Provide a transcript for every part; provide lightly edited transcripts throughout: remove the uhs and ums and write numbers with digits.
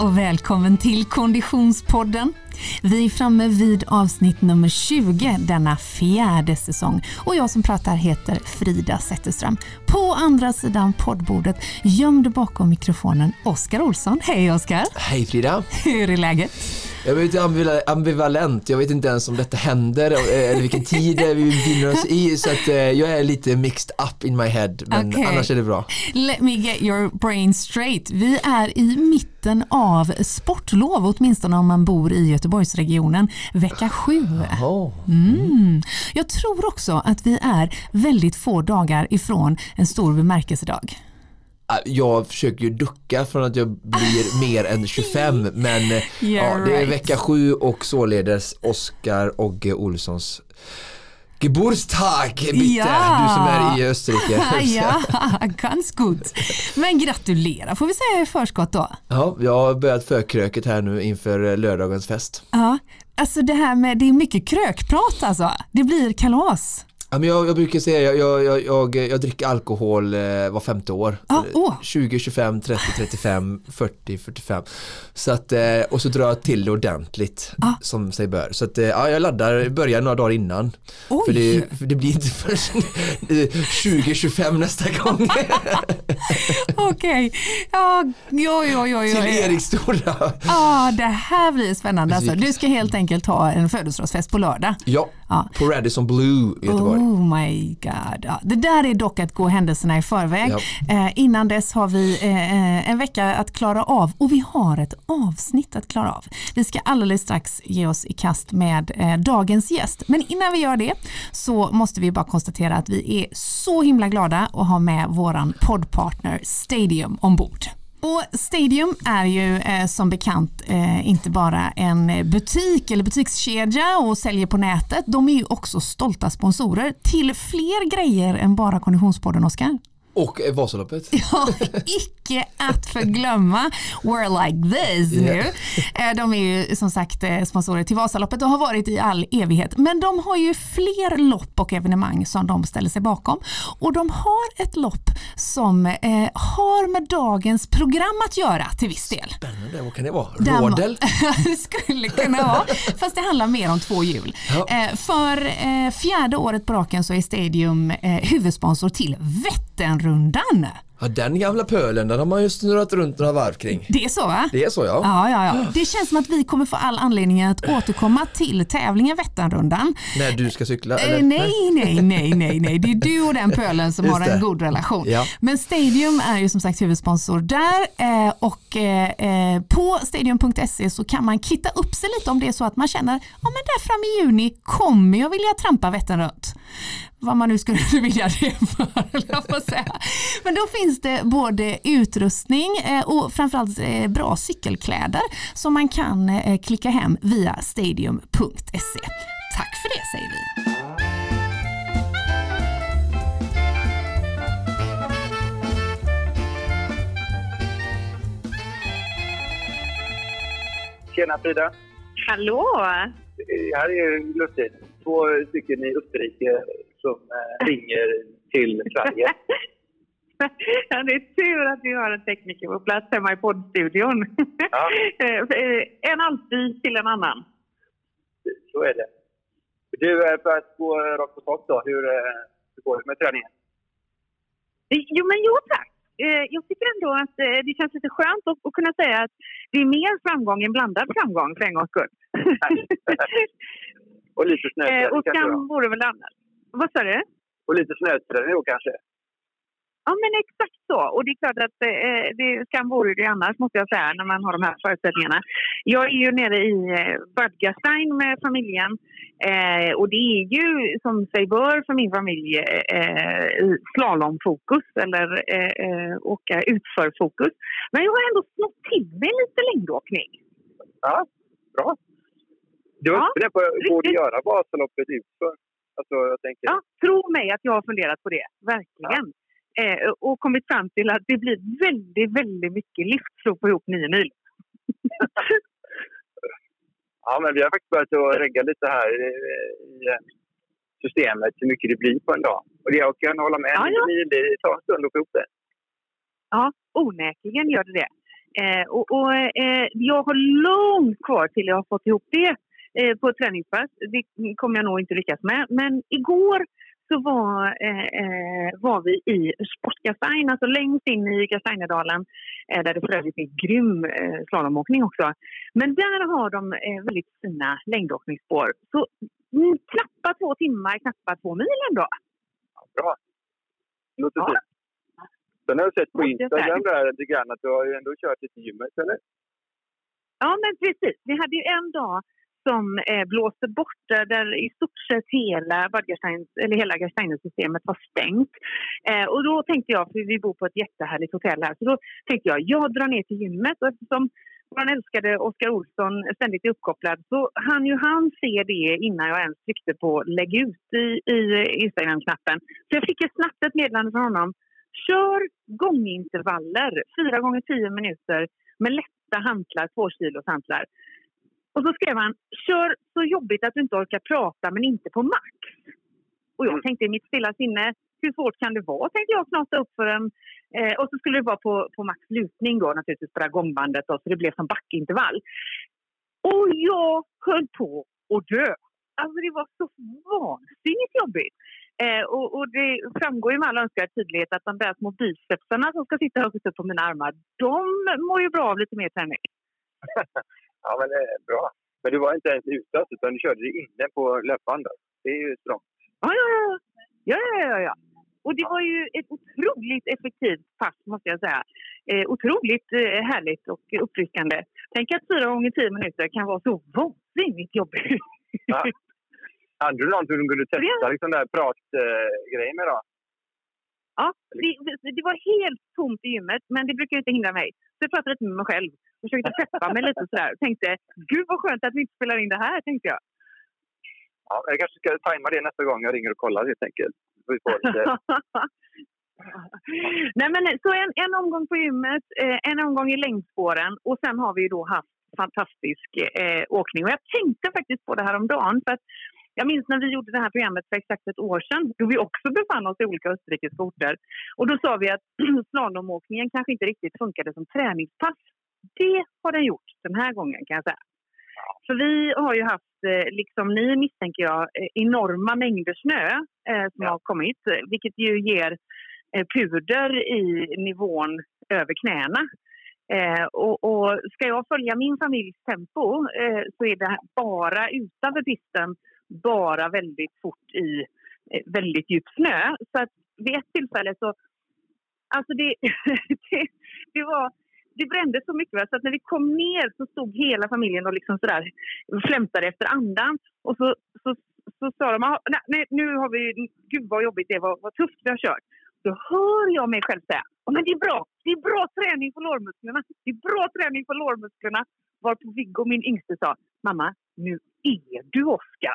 och välkommen till Konditionspodden. Vi är framme vid avsnitt nummer 20 denna 4:e säsong. Och jag som pratar heter Frida Zetterström. På andra sidan poddbordet, gömd bakom mikrofonen, Oskar Olsson. Hej Oskar! Hej Frida! Hur är läget? Jag vet inte, ambivalent. Jag vet inte ens om detta händer eller vilken tid vi befinner oss i. Så att jag är lite mixed up in my head. Men annars är det bra. Let me get your brain straight. Vi är i mitten av sportlov, åtminstone om man bor i Göteborgsregionen. Vecka 7. Jag tror också att vi är väldigt få dagar ifrån en stor bemärkelsedag. Jag försöker ju ducka från att jag blir mer än 25. Men det är vecka 7 och således Oskar och Olssons Geburtstag, bitte. Ja. Du som är i Österrike. Ja, ganz gut. Men gratulerar får vi säga i förskott då. Ja, jag har börjat förkröket här nu inför lördagens fest. Ja, alltså det är mycket krökprat alltså. Det blir kalas. Ja, men jag brukar säga jag dricker alkohol var 5:e år. 20, 25, 30, 35, 40, 45. Så att, och så drar jag till det ordentligt som sig bör. Så att, jag börjar några dagar innan. För det blir inte förrän 20-25 nästa gång. Okej. Ja. Till Eriks stora. Ja, det här blir spännande. Alltså, du ska helt enkelt ha en födelsedagsfest på lördag. Ja, på Radisson Blu i Göteborg. Oh my god. Ja, det där är dock att gå händelserna i förväg. Ja. Innan dess har vi en vecka att klara av. Och vi har ett avsnitt att klara av. Vi ska alldeles strax ge oss i kast med dagens gäst. Men innan vi gör det så måste vi bara konstatera att vi är så himla glada att ha med våran poddpartner Stadium ombord. Och Stadium är ju som bekant inte bara en butik eller butikskedja och säljer på nätet. De är ju också stolta sponsorer till fler grejer än bara Konditionspodden, Oskar. Och Vasaloppet. Ja, icke att förglömma. We're like this nu. De är ju som sagt sponsorer till Vasaloppet och har varit i all evighet. Men de har ju fler lopp och evenemang som de ställer sig bakom. Och de har ett lopp som har med dagens program att göra till viss del. Spännande, vad kan det vara? Rådel? Det skulle kunna vara. Fast det handlar mer om 2 hjul. Ja. För 4:e året på raken så är Stadium huvudsponsor till Vätternrundan. Ja, den gamla pölen, den har man ju snurrat runt några varv kring. Det är så, va? Det är så, ja. Ja. Det känns som att vi kommer få all anledning att återkomma till tävlingen Vätternrundan. När du ska cykla? Eller? Nej. Det är du och den pölen som har en god relation. Ja. Men Stadium är ju som sagt huvudsponsor där och på stadium.se så kan man kitta upp sig lite om det är så att man känner men där fram i juni kommer jag vilja trampa Vättern runt. Vad man nu skulle vilja det för, jag får säga. Men då finns det både utrustning och framförallt bra cykelkläder som man kan klicka hem via stadium.se. Tack för det, säger vi. Tjena Frida. Hallå! Här är lustigt. 2 stycken i Österrike som ringer till Sverige. Ja, det är tur att vi har en tekniker på plats hemma i poddstudion. Ja. En alltid till en annan. Så är det. Du, för att gå rakt på sak då, hur går det med träningen? Jo tack. Jag tycker ändå att det känns lite skönt att kunna säga att det är mer framgång än blandad framgång för en gångs skull. Och lite snöträning och skam vore väl annat. Vad sa du? Och lite snöträning då kanske? Ja, men exakt så. Och det är klart att det skam vore det annars, måste jag säga, när man har de här förutsättningarna. Jag är ju nere i Bad Gastein med familjen. Och det är ju som sig bör för min familj slalomfokus eller åka utförfokus. Men jag har ändå snott till mig lite längdåkning. Ja, bra. Du har inte på att göra Vasaloppet utför? Alltså, jag tänker... Ja, tro mig att jag har funderat på det. Verkligen. Ja. Och kommit fram till att det blir väldigt, väldigt mycket lift för att få ihop 9 mil. Ja, men vi har faktiskt börjat att regga lite här i systemet hur mycket det blir på en dag. Och det jag kan hålla med. Det tar en stund att få ihop det. Ja, onekligen gör det. Jag har långt kvar till jag har fått ihop det på ett träningspass. Det kommer jag nog inte lyckas med. Men igår så var vi i Sportgastein, alltså längst in i Gasteinedalen, där det för övrigt är grym slalomåkning också. Men där har de väldigt fina längdåkningsspår. Så knappt 2 timmar, knappt 2 mil ändå. Ja, bra. Låter fint. Sen har jag sett på Instagram där lite grann att du har ju ändå kört lite gymmet, eller? Ja, men precis. Vi hade ju en dag som blåste bort där i stort sett hela Gasteinersystemet var stängt. Och då tänkte jag, för vi bor på ett jättehärligt hotell här, så då tänkte jag drar ner till gymmet, och eftersom vår älskade Oskar Olsson ständigt är uppkopplad så han se det innan jag ens tryckte på lägg ut i Instagram-knappen. Så jag fick snabbt ett meddelande från honom. Kör gångintervaller 4 gånger 10 minuter med lätta hantlar, 2 kilos hantlar. Och så skrev han, kör så jobbigt att du inte orkar prata men inte på max. Och jag tänkte i mitt stilla sinne, hur svårt kan det vara? Tänkte jag knata upp för en. Och så skulle det vara på max lutning då naturligtvis på det här gångbandet. Så det blev som backintervall. Och jag höll på att dö. Alltså det var så vansinnigt jobbigt. Och det framgår ju med all önskvärd tydlighet att de där små bicepsarna som ska sitta högst upp på mina armar, de mår ju bra av lite mer träning. Ja, men det är bra. Men du var inte ens utsatt utan du körde dig inne på löpbandet. Det är ju strångt. Ja. Och det var ju ett otroligt effektivt pass, måste jag säga. Otroligt härligt och uppryckande. Tänk att 4 gånger 10 minuter kan vara så vansinnigt jobbigt. Ja. Hade du någonting du kunde testa liksom där pratgrejen med då? Ja, det var helt tomt i gymmet, men det brukar inte hindra mig. Så jag pratade lite med mig själv. Jag försökte peppa mig lite sådär. Tänkte, gud vad skönt att vi inte spelar in det här, tänkte jag. Ja, jag kanske ska tajma det nästa gång jag ringer och kollar helt enkelt. Nej, men så en omgång på gymmet, en omgång i längdspåren och sen har vi ju då haft fantastisk åkning. Och jag tänkte faktiskt på det här om dagen för att jag minns när vi gjorde det här programmet för exakt ett år sedan då vi också befann oss i olika österrikiska orter. Och då sa vi att slalomåkningen kanske inte riktigt funkade som träningspass. Det har den gjort den här gången, kan jag säga. För vi har ju haft, liksom ni misstänker jag, enorma mängder snö som har kommit. Vilket ju ger puder i nivån över knäna. Och ska jag följa min familjs tempo så är det bara utanför pisten bara väldigt fort i väldigt djup snö. Så att vid ett tillfälle så, alltså det brände så mycket så att när vi kom ner så stod hela familjen och liksom sådär flämtade efter andan. Och så sa de, nej, nu har vi, gud vad jobbigt det var, vad tufft vi har kört. Då hör jag mig själv säga, men det är bra träning på lårmusklerna. Det är bra träning på lårmusklerna. Varpå Viggo, min yngste, sa, mamma, nu är du Oskar.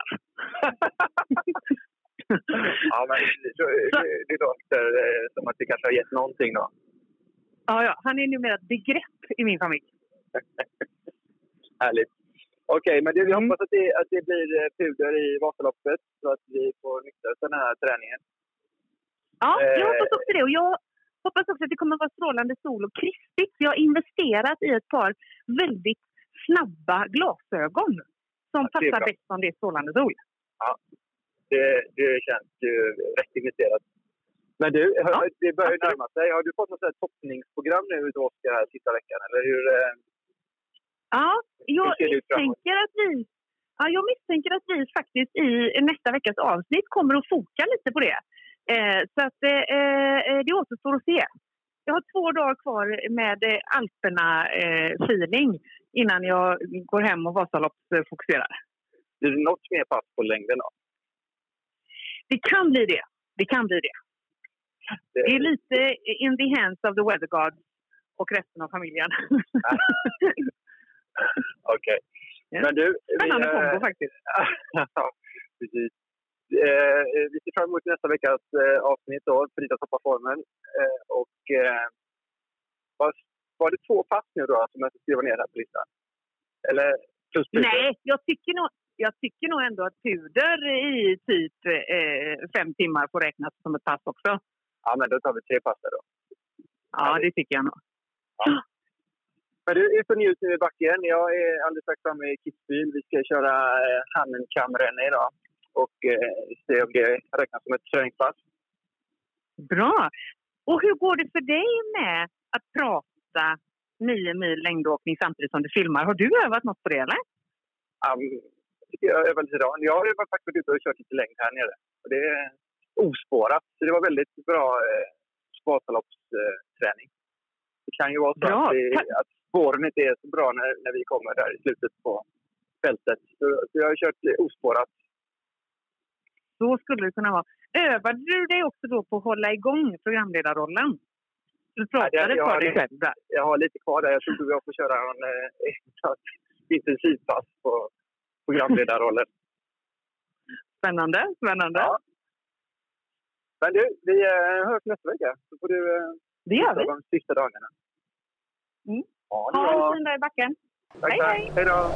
Ja, men det låter som att det kanske har gett någonting då. Ja, han är numera ett begrepp i min familj. Härligt. Okej, men vi hoppas att det blir puder i Vasaloppet så att vi får nytta av den här träningen. Ja, jag hoppas också det. Och jag hoppas också att det kommer att vara strålande sol och krispigt. Jag har investerat i ett par väldigt snabba glasögon som passar bäst om det är strålande sol. Ja, det känns ju rätt investerat. Men du, det börjar ju närma sig. Har du fått något toppningsprogram nu utav Oskar här sista veckan? Eller hur? Ja, jag misstänker att vi faktiskt i nästa veckas avsnitt kommer att foka lite på det. Så att det återstår att se. Jag har 2 dagar kvar med Alperna-feeling innan jag går hem och Vasaloppsfokuserar. Blir det något mer pass på längden då? Det kan bli det. Det är lite in the hands of the weather gods och resten av familjen. Okej. Men du... Spännande kombo faktiskt. Precis. Vi ser fram emot nästa veckas avsnitt då, Frida toppar formen. Och var det 2 pass nu då som jag ska skriva ner här på listan? Eller plus puder? Nej, jag tycker nog ändå att puder i typ 5 timmar får räknas som ett pass också. Ja, men då tar vi 3 pass då. Ja, det tycker jag nog. Ja. Men du är för njut nu i backen. Jag är alldeles strax framme i Kitzbühel. Vi ska köra Hahnenkammrennen idag. Och se om det räknas som ett träningspass. Bra! Och hur går det för dig med att prata 9 mil längdåkning samtidigt som du filmar? Har du övat något på det eller? Jag övar lite idag. Jag har faktiskt varit ute och kört lite längd här nere. Och det är ospårat. Så det var väldigt bra spartaloppsträning. Det kan ju vara så att spåren inte är så bra när vi kommer där i slutet på fältet. Så jag har kört ospårat. Så skulle det kunna vara. Övade du dig också då på att hålla igång programledarrollen? Du pratade för dig själv där. Jag har lite kvar där. Jag tror jag får köra en intensivpass på programledarrollen. Spännande. Ja. Men du, vi hörs nästa vecka. Så får du det gör vi. De sista dagarna. Mm. Ha en fin dag i backen. Tack. Hej då.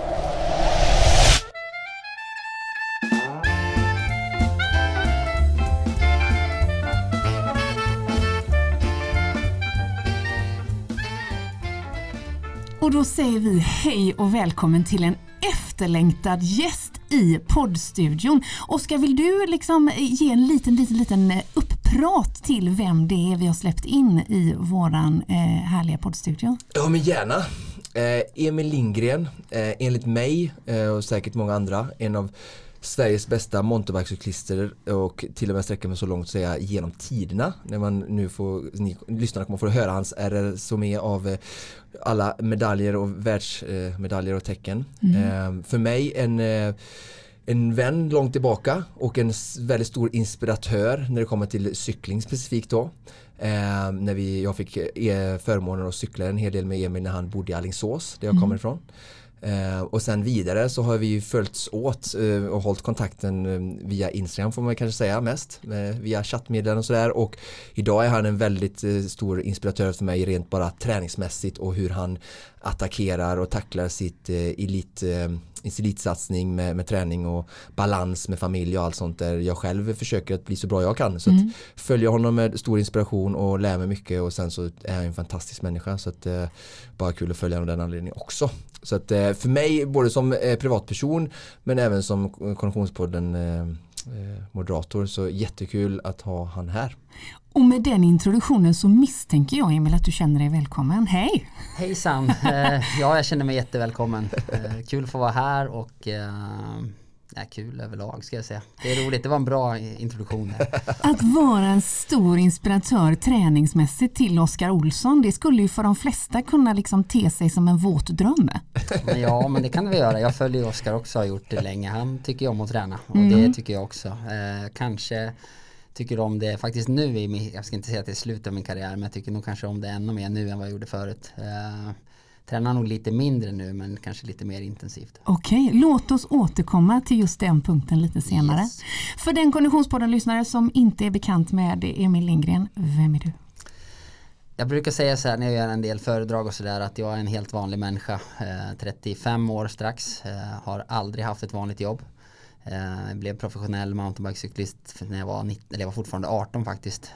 Och då säger vi hej och välkommen till en efterlängtad gäst i poddstudion. Oskar, vill du liksom ge en liten upprat till vem det är vi har släppt in i våran härliga poddstudio? Ja, men gärna. Emil Lindgren, enligt mig och säkert många andra, en av Sveriges bästa mountainbikecyklister och till och med sträcker mig så långt att säga genom tiderna. När man nu lyssnarna kommer få höra hans RSOME av alla medaljer och världsmedaljer och tecken. För mig en vän långt tillbaka och en väldigt stor inspiratör när det kommer till cykling specifikt då. När jag fick förmånen att cykla en hel del med Emil när han bodde i Alingsås, där jag kommer ifrån. Och sen vidare så har vi ju följts åt och hållit kontakten via Instagram får man kanske säga mest, via chattmeddelanden och sådär, och idag är han en väldigt stor inspiratör för mig rent bara träningsmässigt och hur han attackerar och tacklar sitt elitsatsning med träning och balans med familj och allt sånt där jag själv försöker att bli så bra jag kan. Så att följa honom med stor inspiration och lära mig mycket, och sen så är han en fantastisk människa, så att bara kul att följa honom av den anledningen också. Så att för mig, både som privatperson men även som Konditionspodden moderator, så jättekul att ha han här. Och med den introduktionen så misstänker jag, Emil, att du känner dig välkommen. Hej! Hejsan! Ja, jag känner mig jättevälkommen. Kul att få vara här och kul överlag ska jag säga. Det är roligt, det var en bra introduktion. Att vara en stor inspiratör träningsmässigt till Oskar Olsson, det skulle ju för de flesta kunna liksom te sig som en våt dröm. Ja, men det kan vi göra. Jag följer Oskar också, har gjort det länge. Han tycker om att träna och det tycker jag också. Kanske tycker om det faktiskt nu jag ska inte säga att det är slutet av min karriär, men jag tycker nog kanske om det ännu mer nu än vad jag gjorde förut. Tränar nog lite mindre nu, men kanske lite mer intensivt. Okej, låt oss återkomma till just den punkten lite senare. Yes. För den Konditionspodden-lyssnare som inte är bekant med Emil Lindgren, vem är du? Jag brukar säga så här när jag gör en del föredrag och sådär, att jag är en helt vanlig människa. 35 år strax, har aldrig haft ett vanligt jobb. Jag blev professionell mountainbikecyklist när jag var fortfarande 18 faktiskt.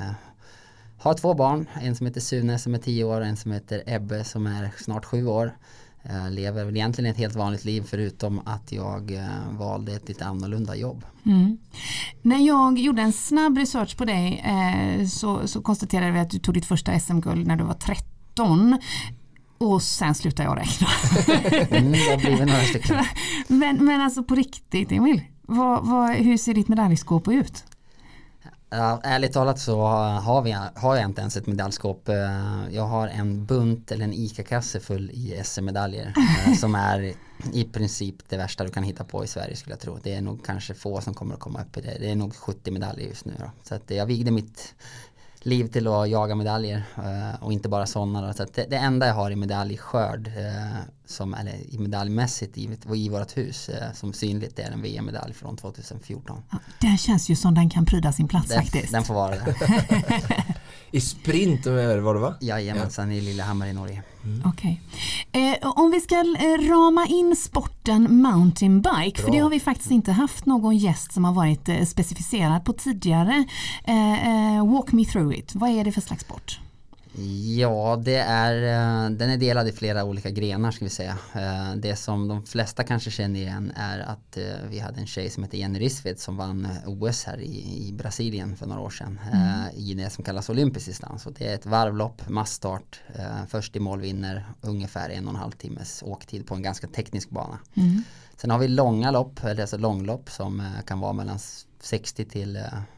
Har 2 barn, en som heter Sune som är 10 år och en som heter Ebbe som är snart 7 år. Lever väl egentligen ett helt vanligt liv förutom att jag valde ett lite annorlunda jobb. När jag gjorde en snabb research på dig så konstaterade vi att du tog ditt första SM-guld när du var 13. Och sen slutar jag räkna. Det blir några stycken. Men alltså på riktigt, Emil, hur ser ditt medaljskåp ut? Ja, ärligt talat så har jag inte ens ett medaljskåp. Jag har en bunt eller en ICA-kasse full i SM-medaljer som är i princip det värsta du kan hitta på i Sverige skulle jag tro. Det är nog kanske få som kommer att komma upp i det. Det är nog 70 medaljer just nu då. Så att jag vigde mitt liv till att jaga medaljer och inte bara sådana. Så att det enda jag har i medaljskörd eller i medaljmässigt i vårt hus som synligt är en VM-medalj från 2014. Ja, den känns ju som den kan pryda sin plats faktiskt. Den får vara det. I sprint var det va? Jajamensan, i Lillehammer i Norge. Okej. Om vi ska rama in sporten mountainbike, för det har vi faktiskt inte haft någon gäst som har varit specificerad på tidigare. Walk me through it. Vad är det för slags sport? Ja, den är delad i flera olika grenar ska vi säga. Det som de flesta kanske känner igen är att vi hade en tjej som heter Jenny Rissved som vann OS här i Brasilien för några år sedan i det som kallas olympisk distans. Och det är ett varvlopp, massstart, först i mål vinner ungefär 1,5 timmes åktid på en ganska teknisk bana. Sen har vi långa lopp, eller alltså långlopp som kan vara mellan 60 till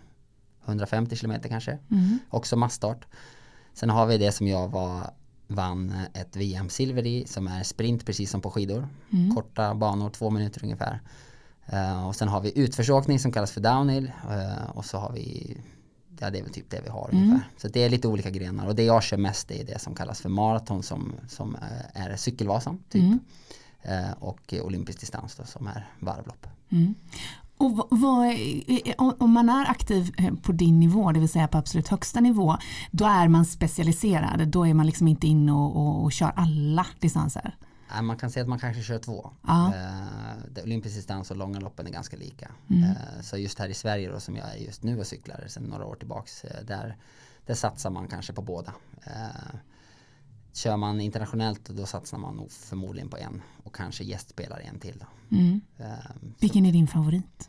150 kilometer kanske. Också massstart. Sen har vi det som jag vann ett VM-silver i som är sprint precis som på skidor. Korta banor, 2 minuter ungefär. Och sen har vi utförsåkning som kallas för downhill. Och så har vi, det är väl typ det vi har ungefär. Så det är lite olika grenar. Och det jag kör mest är det som kallas för maraton som är cykelvasan typ. Och olympisk distans då, som är varvlopp. Och om man är aktiv på din nivå, det vill säga på absolut högsta nivå, då är man specialiserad. Då är man liksom inte inne och kör alla distanser. Man kan säga att man kanske kör 2. Olympisk distans och långa loppen är ganska lika. Så just här i Sverige då, som jag är just nu och cyklar sedan några år tillbaks, där satsar man kanske på båda. Kör man internationellt då satsar man nog förmodligen på en och kanske gästspelar en till då. Vilken är din favorit?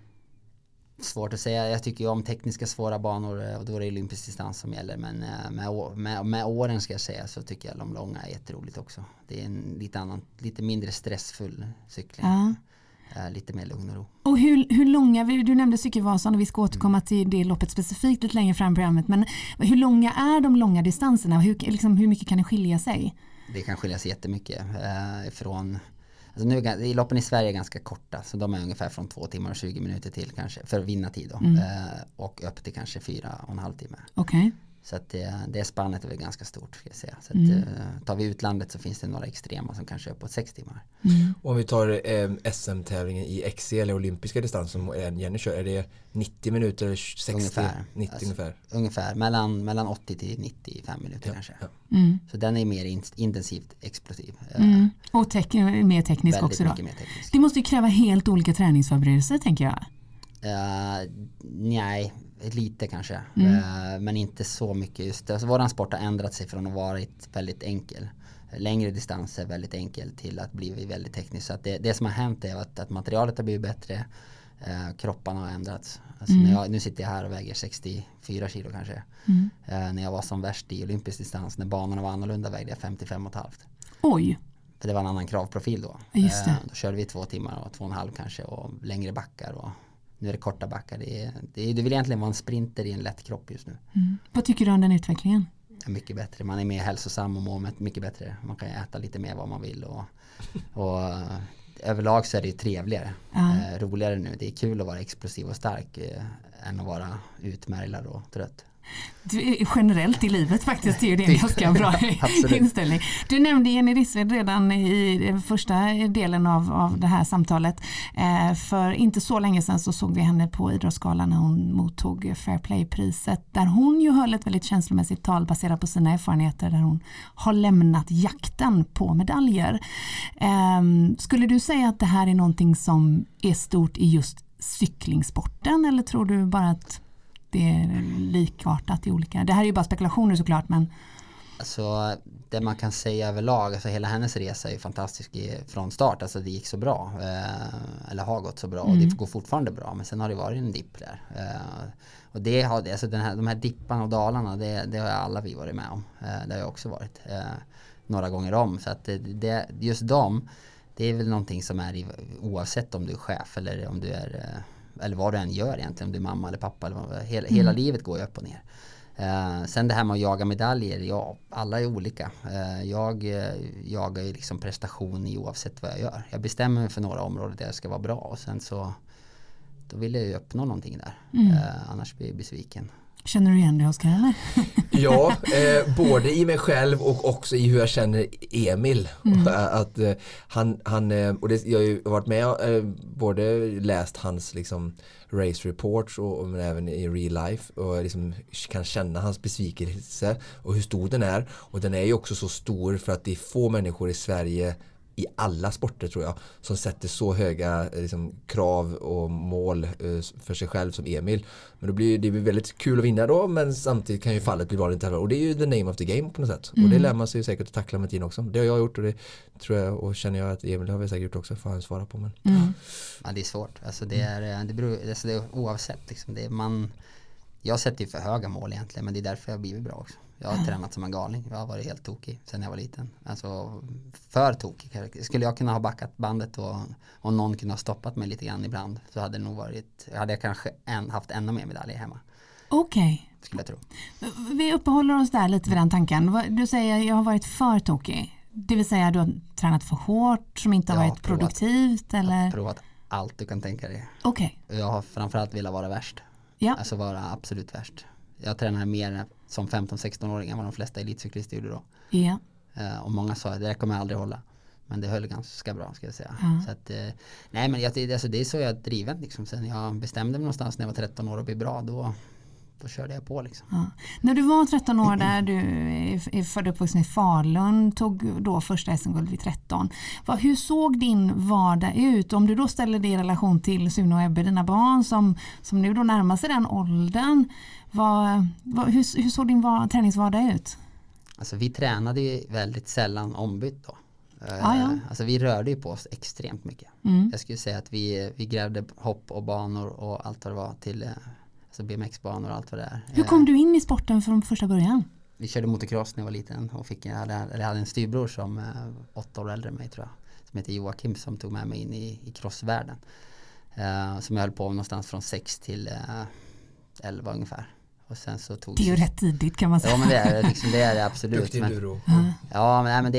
Svårt att säga. Jag tycker ju om tekniska svåra banor och då är det olympisk distans som gäller. Men med åren ska jag säga så tycker jag de långa är jätteroligt också. Det är en lite mindre stressfull cykling. Lite mer lugn och ro. Och hur långa, du nämnde cykelvasan och vi ska återkomma till det loppet specifikt lite längre fram i programmet. Men hur långa är de långa distanserna? Hur mycket kan det skilja sig? Det kan skilja sig jättemycket från... Alltså nu, loppen i Sverige är ganska korta så de är ungefär från 2 timmar och 20 minuter till kanske för att vinna tid då, och upp till kanske 4,5 timmar. Okej. Så att det spannet är väl ganska stort ska jag säga. Så att, tar vi utlandet så finns det några extrema som kanske är på 6 timmar. Och om vi tar SM-tävlingen i XC eller olympiska distans som Jenny kör, är det 90 minuter eller 60? Ungefär. 90 ungefär. Ungefär, mellan 80 till 95 minuter kanske. Ja. Så den är mer intensivt explosiv. Och mer teknisk också då. Mer teknisk. Det måste ju kräva helt olika träningsförberedelser tänker jag. Nej, lite kanske. Men inte så mycket just. Alltså, våran sport har ändrat sig från att vara väldigt enkel. Längre distanser väldigt enkel till att bli väldigt tekniskt. Så att det som har hänt är att materialet har blivit bättre. Kropparna har ändrats. Alltså nu sitter jag här och väger 64 kilo kanske. När jag var som värst i olympisk distans, när banorna var annorlunda, vägde jag 55,5. Oj! För det var en annan kravprofil då. Just det. Då körde vi 2 timmar och 2,5 kanske och längre backar och nu är det korta backar. Det vill egentligen vara en sprinter i en lätt kropp just nu. Vad tycker du om den utvecklingen? Mycket bättre. Man är mer hälsosam och mår mycket bättre. Man kan äta lite mer vad man vill och överlag så är det ju trevligare. Roligare nu. Det är kul att vara explosiv och stark än att vara utmärglad och trött. Generellt i livet faktiskt är det en ganska bra inställning. Du nämnde Jenny Rissved redan i första delen av det här samtalet. För inte så länge sedan så såg vi henne på Idrottsgalan när hon mottog Fair Play-priset. Där hon ju höll ett väldigt känslomässigt tal baserat på sina erfarenheter där hon har lämnat jakten på medaljer. Skulle du säga att det här är någonting som är stort i just cyklingsporten eller tror du bara att det är likartat i olika... Det här är ju bara spekulationer såklart, men... Alltså, det man kan säga överlag, alltså hela hennes resa är ju fantastisk från start. Alltså det gick så bra, eller har gått så bra och det går fortfarande bra. Men sen har det varit en dipp där. Och det har, alltså de här dipparna och dalarna, det har alla vi varit med om. Det har jag också varit några gånger om. Så att just dem, det är väl någonting som är oavsett om du är chef eller om du är... eller vad du än gör egentligen, om du är mamma eller pappa eller hela livet går ju upp och ner. Sen det här med att jaga medaljer, ja, alla är olika. Jag jagar ju liksom prestation i oavsett vad jag gör. Jag bestämmer mig för några områden där jag ska vara bra och sen så då vill jag ju uppnå någonting där. Annars blir jag besviken. Känner du igen det, Oskar, eller? Ja, både i mig själv och också i hur jag känner Emil. Att han och det, jag har ju varit med både läst hans liksom race reports men även i real life och liksom kan känna hans besvikelse och hur stor den är. Och den är ju också så stor för att det är få människor i Sverige i alla sporter tror jag som sätter så höga liksom, krav och mål för sig själv som Emil. Men då blir det väldigt kul att vinna då, men samtidigt kan ju fallet bli vanligt. Och det är ju the name of the game på något sätt. Och det lär man sig ju säkert att tackla med tiden också. Det har jag gjort och det tror jag och känner jag att Emil har väl säkert gjort också, får han svara på. Men. Ja, det är svårt. Alltså det beror oavsett liksom, jag sätter ju för höga mål egentligen, men det är därför jag har blivit bra också. Jag har tränat som en galning. Jag har varit helt tokig sedan jag var liten. Alltså för tokig. Skulle jag kunna ha backat bandet och någon kunde ha stoppat mig lite grann ibland, så hade det nog hade jag kanske haft ännu mer medaljer hemma. Okej. Skulle jag tro. Vi uppehåller oss där lite vid den tanken. Du säger jag har varit för tokig. Det vill säga du har tränat för hårt som inte har varit produktivt? Eller? Jag har provat allt du kan tänka dig. Okej. Jag har framförallt velat vara värst. Ja. Alltså vara absolut värst. Jag tränar mer som 15-16-åring än vad de flesta elitcyklister gjorde då. Ja. Och många sa att det kommer jag aldrig hålla. Men det höll ganska bra, ska jag säga. Så att, nej, men alltså, det är så jag driver liksom. Sen jag bestämde mig någonstans när jag var 13 år och blev bra, då körde jag på liksom. Ja. När du var 13 år där, du är född och uppvuxen i Falun, tog då första SM-guld vid 13. Hur såg din vardag ut? Om du då ställer det i relation till Sune och Ebbe, dina barn som nu då närmar sig den åldern. Hur såg din träningsvardag ut? Alltså vi tränade ju väldigt sällan ombytt då. Ja. Alltså vi rörde ju på oss extremt mycket. Jag skulle säga att vi grävde hopp och banor och allt vad det var till alltså BMX-banor och allt vad det är. Hur kom du in i sporten från första början? Vi körde motocross när jag var liten och jag hade en styrbror som 8 år äldre än mig tror jag. Som heter Joakim, som tog med mig in i crossvärlden. Som jag höll på någonstans från 6 till 11 ungefär. Och sen så det är ju rätt tidigt kan man säga. Ja, men det är det absolut. Duktig duro. Ja, men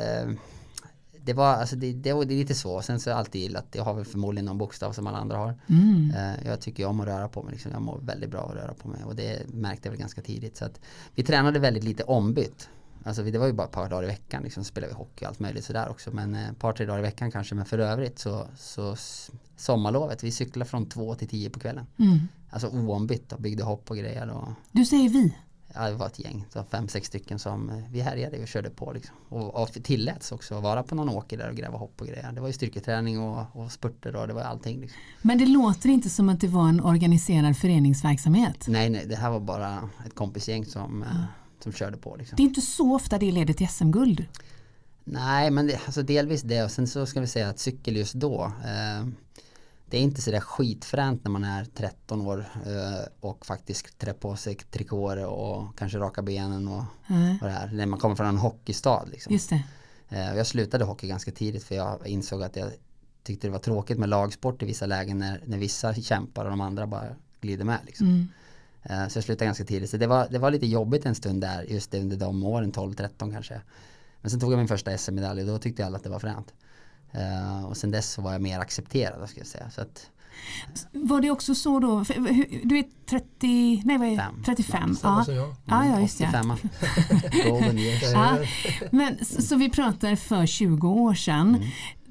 det var alltså det var lite så. Sen så är jag alltid gillat att jag har väl förmodligen någon bokstav som alla andra har. Jag tycker om att röra på mig liksom. Jag mår väldigt bra att röra på mig och det märkte jag väl ganska tidigt. Så att vi tränade väldigt lite ombytt. Alltså det var ju bara ett par dagar i veckan liksom, spelade vi hockey och allt möjligt sådär också. Men ett par, 3 dagar i veckan kanske. Men för övrigt så sommarlovet, vi cyklade från 2 till 10 på kvällen. Alltså oombytt och byggde hopp och grejer. Och, du säger vi? Ja, det var ett gäng, 5-6 stycken som vi härjade och körde på liksom. Och tilläts också att vara på någon åker där och gräva hopp och grejer. Det var ju styrketräning och spurter och det var allting liksom. Men det låter inte som att det var en organiserad föreningsverksamhet? Nej, det här var bara ett kompisgäng som körde på liksom. Det är inte så ofta det leder till SM-guld? Nej, men alltså delvis det. Och sen så ska vi säga att cykel just då, det är inte så där skitfränt när man är 13 år och faktiskt trä på sig trikåer och kanske raka benen och det här. När man kommer från en hockeystad liksom. Just det. Jag slutade hockey ganska tidigt för jag insåg att jag tyckte det var tråkigt med lagsport i vissa lägen när vissa kämpar och de andra bara glider med liksom. Så jag slutade ganska tidigt. Så det var lite jobbigt en stund där just under de åren, 12-13 kanske. Men sen tog jag min första SM-medalj och då tyckte alla att det var fränt. Och sen dess så var jag mer accepterad, ska jag säga. Så att, var det också så då, du är 30, nej vad är 35? Ja, just det. 85. Golden years. Ja. Men så vi pratar för 20 år sedan.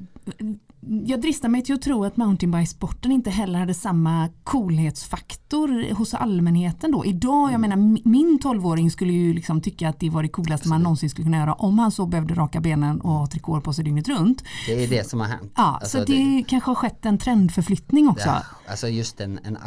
Jag dristar mig till att tro att mountainbikesporten inte heller hade samma coolhetsfaktor hos allmänheten då. Idag, jag menar, min 12-åring skulle ju liksom tycka att det var det coolaste man någonsin skulle kunna göra om han så behövde raka benen och ha trikåer på sig dygnet runt. Det är det som har hänt. Ja, alltså så det kanske har skett en trendförflyttning också. Ja, alltså just en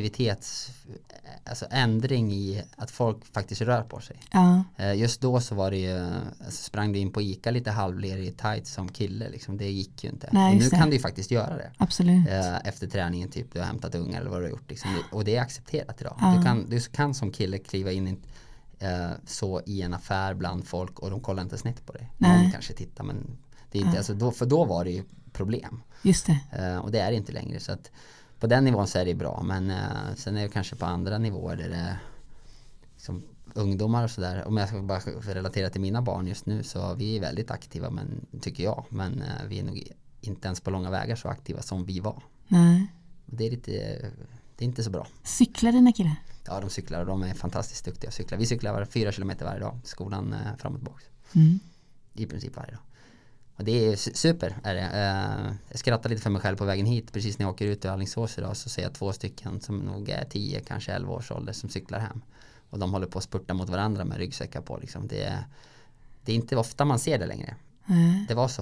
alltså ändring i att folk faktiskt rör på sig. Ja. Just då så var det ju, alltså sprang du in på Ica lite halvlerig tights som kille liksom, det gick ju inte. Nej, nu kan du ju faktiskt göra det. Absolut. Efter träningen typ, du har hämtat unga eller vad du har gjort liksom. Och det är accepterat idag. Ja. Du kan som kille kliva in så i en affär bland folk och de kollar inte snett på dig. Nej. Någon kanske tittar, men det är inte, alltså då var det ju problem. Just det. Och det är inte längre, så att på den nivån så är det bra, men sen är det kanske på andra nivåer där det är liksom ungdomar och sådär. Om jag ska bara relatera till mina barn just nu, så vi är väldigt aktiva, men tycker jag, men vi är nog inte ens på långa vägar så aktiva som vi var. Nej. Det är inte så bra. Cyklar dina killar? Ja, de cyklar och de är fantastiskt duktiga att cykla. Vi cyklar 4 kilometer varje dag, skolan fram och tillbaka. I princip varje dag. Och det är super, är det. Jag skrattar lite för mig själv på vägen hit. Precis när jag åker ut i Alingsås idag så ser jag 2 stycken som nog är 10, kanske 11 års ålder som cyklar hem. Och de håller på att spurta mot varandra med ryggsäckar på. Liksom. Det är inte ofta man ser det längre. Det var så förr.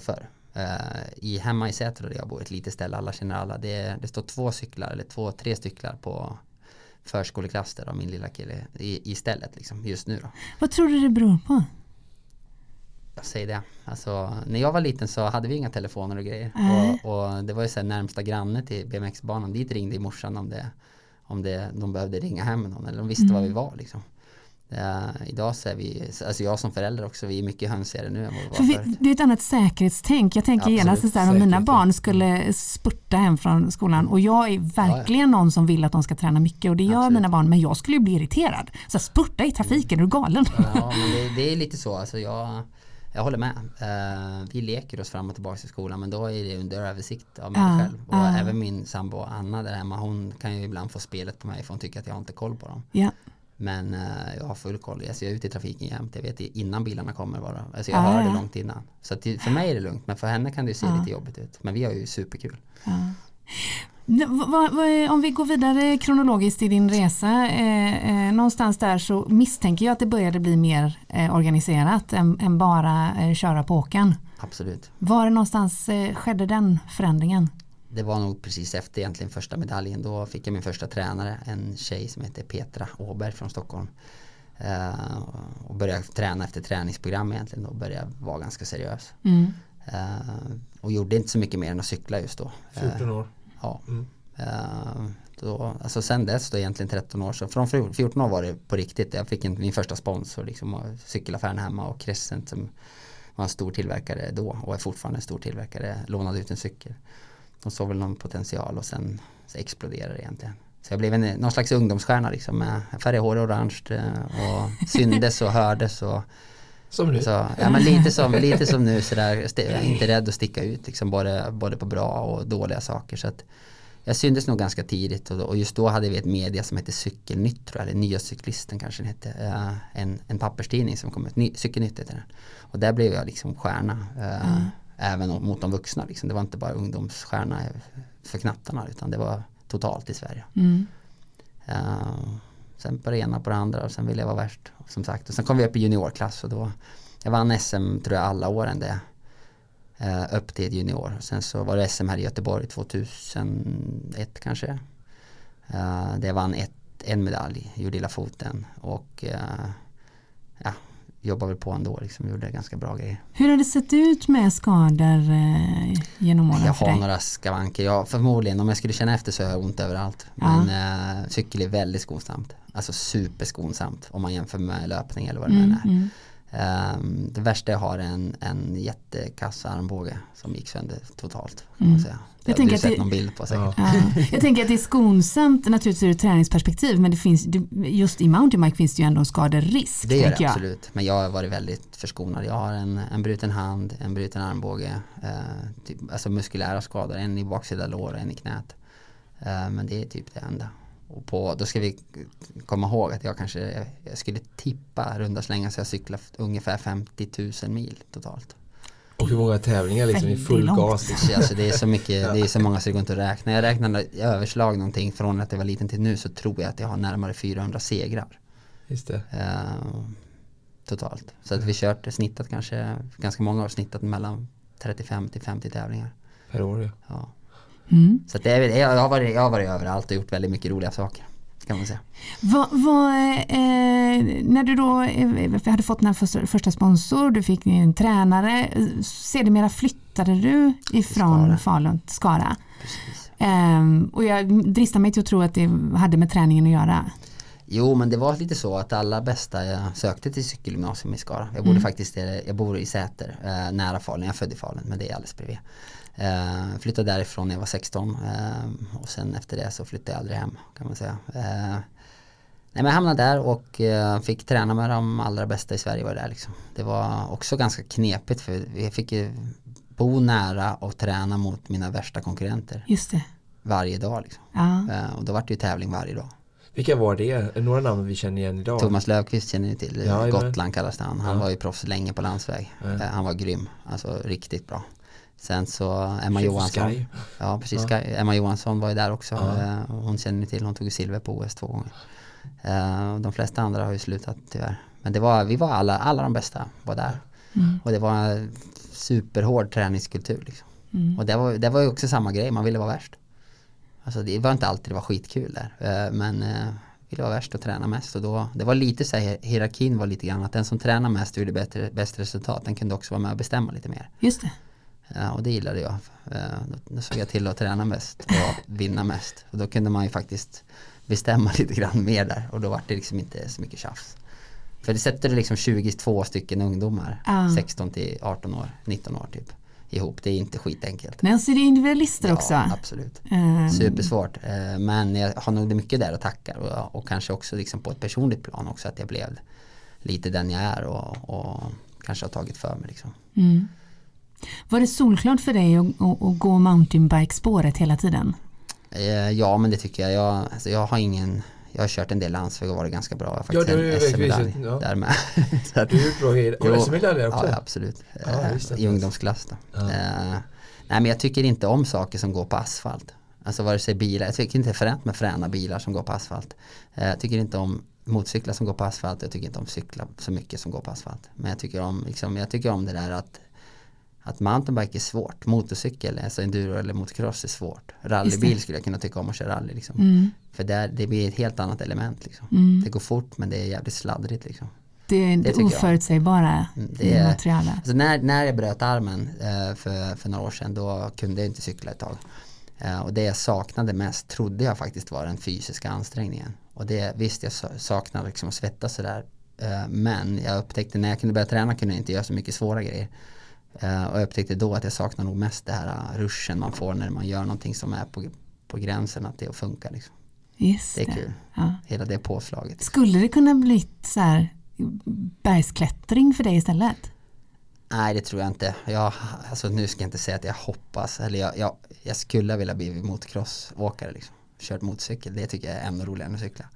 Hemma i Säter där jag bor, ett litet ställe, alla känner alla. Det står 2 cyklar eller 3 cyklar på förskoleklass där av min lilla kille i stället liksom, just nu då. Vad tror du det beror på? Jag säger det. Alltså, när jag var liten så hade vi inga telefoner och grejer. Och det var ju så här närmsta granne till BMX-banan. Dit ringde i morsan om de behövde ringa hem med någon. Eller de visste var vi var liksom. Idag så är vi, alltså jag som förälder också, vi är mycket hönsigare nu än vad vi var förut. Det är ett annat säkerhetstänk. Jag tänker genast om mina barn skulle spurta hem från skolan, och jag är verkligen någon som vill att de ska träna mycket, och det gör mina barn, men jag skulle ju bli irriterad. Så spurta i trafiken, är du galen? Ja, men det är lite så. Alltså jag håller med. Vi leker oss fram och tillbaka i skolan, men då är det under översikt av mig själv. Och även min sambo Anna där hemma, hon kan ju ibland få spelet på mig för hon tycker att jag inte har koll på dem. Ja. Men jag har full koll. Jag är ute i trafiken jämt. Jag vet innan bilarna kommer bara. Alltså jag hör det långt innan. Så för mig är det lugnt. Men för henne kan det ju se lite jobbigt ut. Men vi har ju superkul. Ja. Om vi går vidare kronologiskt i din resa, någonstans där så misstänker jag att det började bli mer organiserat än bara köra på åken. Absolut. Var någonstans skedde den förändringen? Det var nog precis efter egentligen första medaljen. Då fick jag min första tränare, en tjej som heter Petra Åberg från Stockholm. Och började träna efter träningsprogram egentligen. Då började jag vara ganska seriös. Och gjorde inte så mycket mer än att cykla just då. 14 år. Ja. Då, alltså sen dess då egentligen 13 år. Så från 14 år var det på riktigt. Jag fick min första sponsor liksom, cykelaffären hemma, och Crescent som var en stor tillverkare då och är fortfarande en stor tillverkare, lånade ut en cykel. De såg väl någon potential och sen så exploderade det egentligen. Så jag blev någon slags ungdomsstjärna liksom, med färg hår orange och syndes och hördes och som nu. Så, ja, men lite som nu så där, jag är inte rädd att sticka ut liksom, både på bra och dåliga saker, så att jag syntes nog ganska tidigt, och just då hade vi ett media som hette Cykelnytt, tror jag, eller Nya Cyklisten kanske den hette, en papperstidning som kom ut, Cykelnytt heter den. Och där blev jag liksom stjärna. Även mot de vuxna liksom. Det var inte bara ungdomsstjärna för knattarna, utan det var totalt i Sverige. Sen på det ena på det andra, och sen ville jag vara värst som sagt. Och sen kom vi upp i juniorklass, och då jag vann SM tror jag alla åren det upp till junior. Och sen så var det SM här i Göteborg 2001 kanske. Det jag vann en medalj, gjorde illa foten, och jobbade väl på ändå liksom, gjorde ganska bra grejer. Hur har det sett ut med skador genom åren? Jag har några skavanker. Förmodligen, om jag skulle känna efter så har jag ont överallt. Men cykel är väldigt skonsamt. Alltså superskonsamt om man jämför med löpning eller vad det är. Det värsta jag har är en jättekass armbåge som gick sönder totalt, kan man säga. Jag tänker sett någon bild på säkert. Jag tänker att det är skonsamt naturligtvis ur träningsperspektiv, men det finns, just i mountainbike finns det ju ändå en skaderisk. Det är det absolut, men jag har varit väldigt förskonad. Jag har en bruten hand, en bruten armbåge, alltså muskulära skador, en i baksida lår och en i knät. Men det är typ det enda. Och då ska vi komma ihåg att jag skulle tippa runda slänga, så jag cyklar ungefär 50 000 mil totalt. Och hur många tävlingar liksom i full gas? Liksom. Alltså det är så mycket, det är så många så det går inte att räkna. Jag räknade överslag någonting från att jag var liten till nu, så tror jag att jag har närmare 400 segrar. Just det. Totalt. Så att vi kört snittat kanske, ganska många år snittat mellan 35 till 50 tävlingar. Per år, ja. Så att jag har varit överallt och gjort väldigt mycket roliga saker, kan man säga. När du då hade fått den här första sponsor, du fick en tränare, sedermera flyttade du ifrån Falun till Skara. Precis. Och jag dristar mig till att tro att det hade med träningen att göra. Jo, men det var lite så att alla bästa jag sökte till cykelgymnasium i Skara. Jag bor i Säter, nära Falun. Jag är född i Falun, men det är alldeles bredvid. Flyttade därifrån när jag var 16, och sen efter det så flyttade jag aldrig hem, kan man säga. Men jag hamnade där och fick träna med de allra bästa i Sverige var det där liksom. Det var också ganska knepigt, för jag fick bo nära och träna mot mina värsta konkurrenter. Just det. Varje dag liksom. Och då var det ju tävling varje dag. Vilka var det? Några namn vi känner igen idag? Thomas Löfqvist känner ni till. Gotland kallas det han. Han var ju proffs länge på landsväg. Han var grym. Alltså riktigt bra. Sen så Emma Johansson. Sky. Ja, precis. Sky. Emma Johansson var ju där också. Hon känner ni till. Hon tog silver på OS 2 gånger. De flesta andra har ju slutat tyvärr. Men vi var alla de bästa var där. Och det var superhård träningskultur liksom. Och det var ju också samma grej, man ville vara värst. Alltså det var inte alltid det var skitkul där, men ville vara värst och träna mest. Och då, det var lite så här, hierarkin var lite grann att den som tränar mest och gjorde bäst resultat, den kunde också vara med och bestämma lite mer. Just det. Ja, och det gillade jag. Då såg jag till att träna mest och vinna mest. Och då kunde man ju faktiskt bestämma lite grann mer där. Och då var det liksom inte så mycket tjafs. För det sätter liksom 22 stycken ungdomar, 16 till 18 år, 19 år typ, ihop. Det är inte skitenkelt. Men så är det individualister också. Ja, absolut. Supersvårt. Men jag har nog mycket där att tacka. Och kanske också liksom på ett personligt plan också, att jag blev lite den jag är och kanske har tagit för mig liksom. Var det solklart för dig att gå mountainbike-spåret hela tiden? Ja, men det tycker jag. Jag har kört en del landsväg och varit ganska bra. Faktiskt en SM-medalj där med. Så att, du är bra i SM-medalj också? Ja, absolut. I ungdomsklass då. Nej, men jag tycker inte om saker som går på asfalt. Alltså vare sig bilar. Jag tycker inte det är fränt med fräna bilar som går på asfalt. Jag tycker inte om motorcyklar som går på asfalt. Jag tycker inte om cyklar så mycket som går på asfalt. Men jag tycker om det där att mountainbike är svårt. Motorcykel, alltså enduro eller motocross är svårt. Rallybil skulle jag kunna tycka om att köra rally liksom. För det blir ett helt annat element liksom. Det går fort, men det är jävligt sladdrigt liksom. Det är inte oförutsägbara materialet. Alltså när jag bröt armen för några år sedan, då kunde jag inte cykla ett tag. Och det jag saknade mest trodde jag faktiskt var den fysiska ansträngningen. Och visst, jag saknade liksom att svettas sådär. Men jag upptäckte när jag kunde börja träna kunde jag inte göra så mycket svåra grejer. Och jag upptäckte då att jag saknar nog mest det här ruschen man får när man gör någonting som är på gränsen att det funkar liksom. Just det är kul. Ja. Hela det påslaget. Skulle det kunna bli så här bergsklättring för dig istället? Nej, det tror jag inte. Alltså, nu ska jag inte säga att jag hoppas. Eller jag skulle vilja bli motocrossåkare liksom. Kört motorcykel, det tycker jag är ännu roligare än att cykla.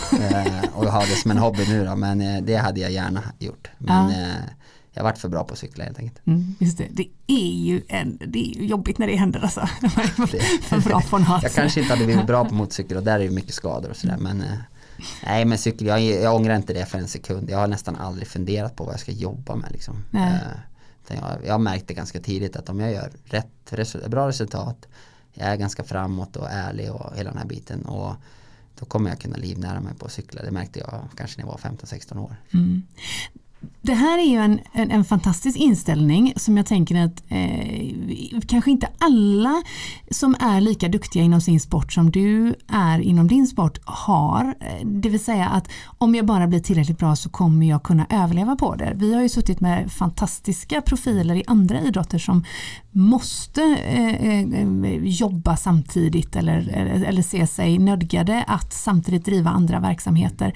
Och jag har det som en hobby nu då, men det hade jag gärna gjort. Men jag har varit för bra på att cykla helt enkelt. Just det. Det är ju jobbigt när det händer alltså. För bra på något. Jag kanske inte hade blivit bra på motorcykel och där är ju mycket skador och sådär. Men nej, men cykel, jag ångrar inte det för en sekund. Jag har nästan aldrig funderat på vad jag ska jobba med liksom. Jag märkte ganska tidigt att om jag gör bra resultat, jag är ganska framåt och ärlig och hela den här biten, och då kommer jag kunna livnära mig på att cykla. Det märkte jag kanske när jag var 15-16 år. Det här är ju en fantastisk inställning som jag tänker att kanske inte alla som är lika duktiga inom sin sport som du är inom din sport har. Det vill säga att om jag bara blir tillräckligt bra så kommer jag kunna överleva på det. Vi har ju suttit med fantastiska profiler i andra idrotter som måste jobba samtidigt eller se sig nödgade att samtidigt driva andra verksamheter.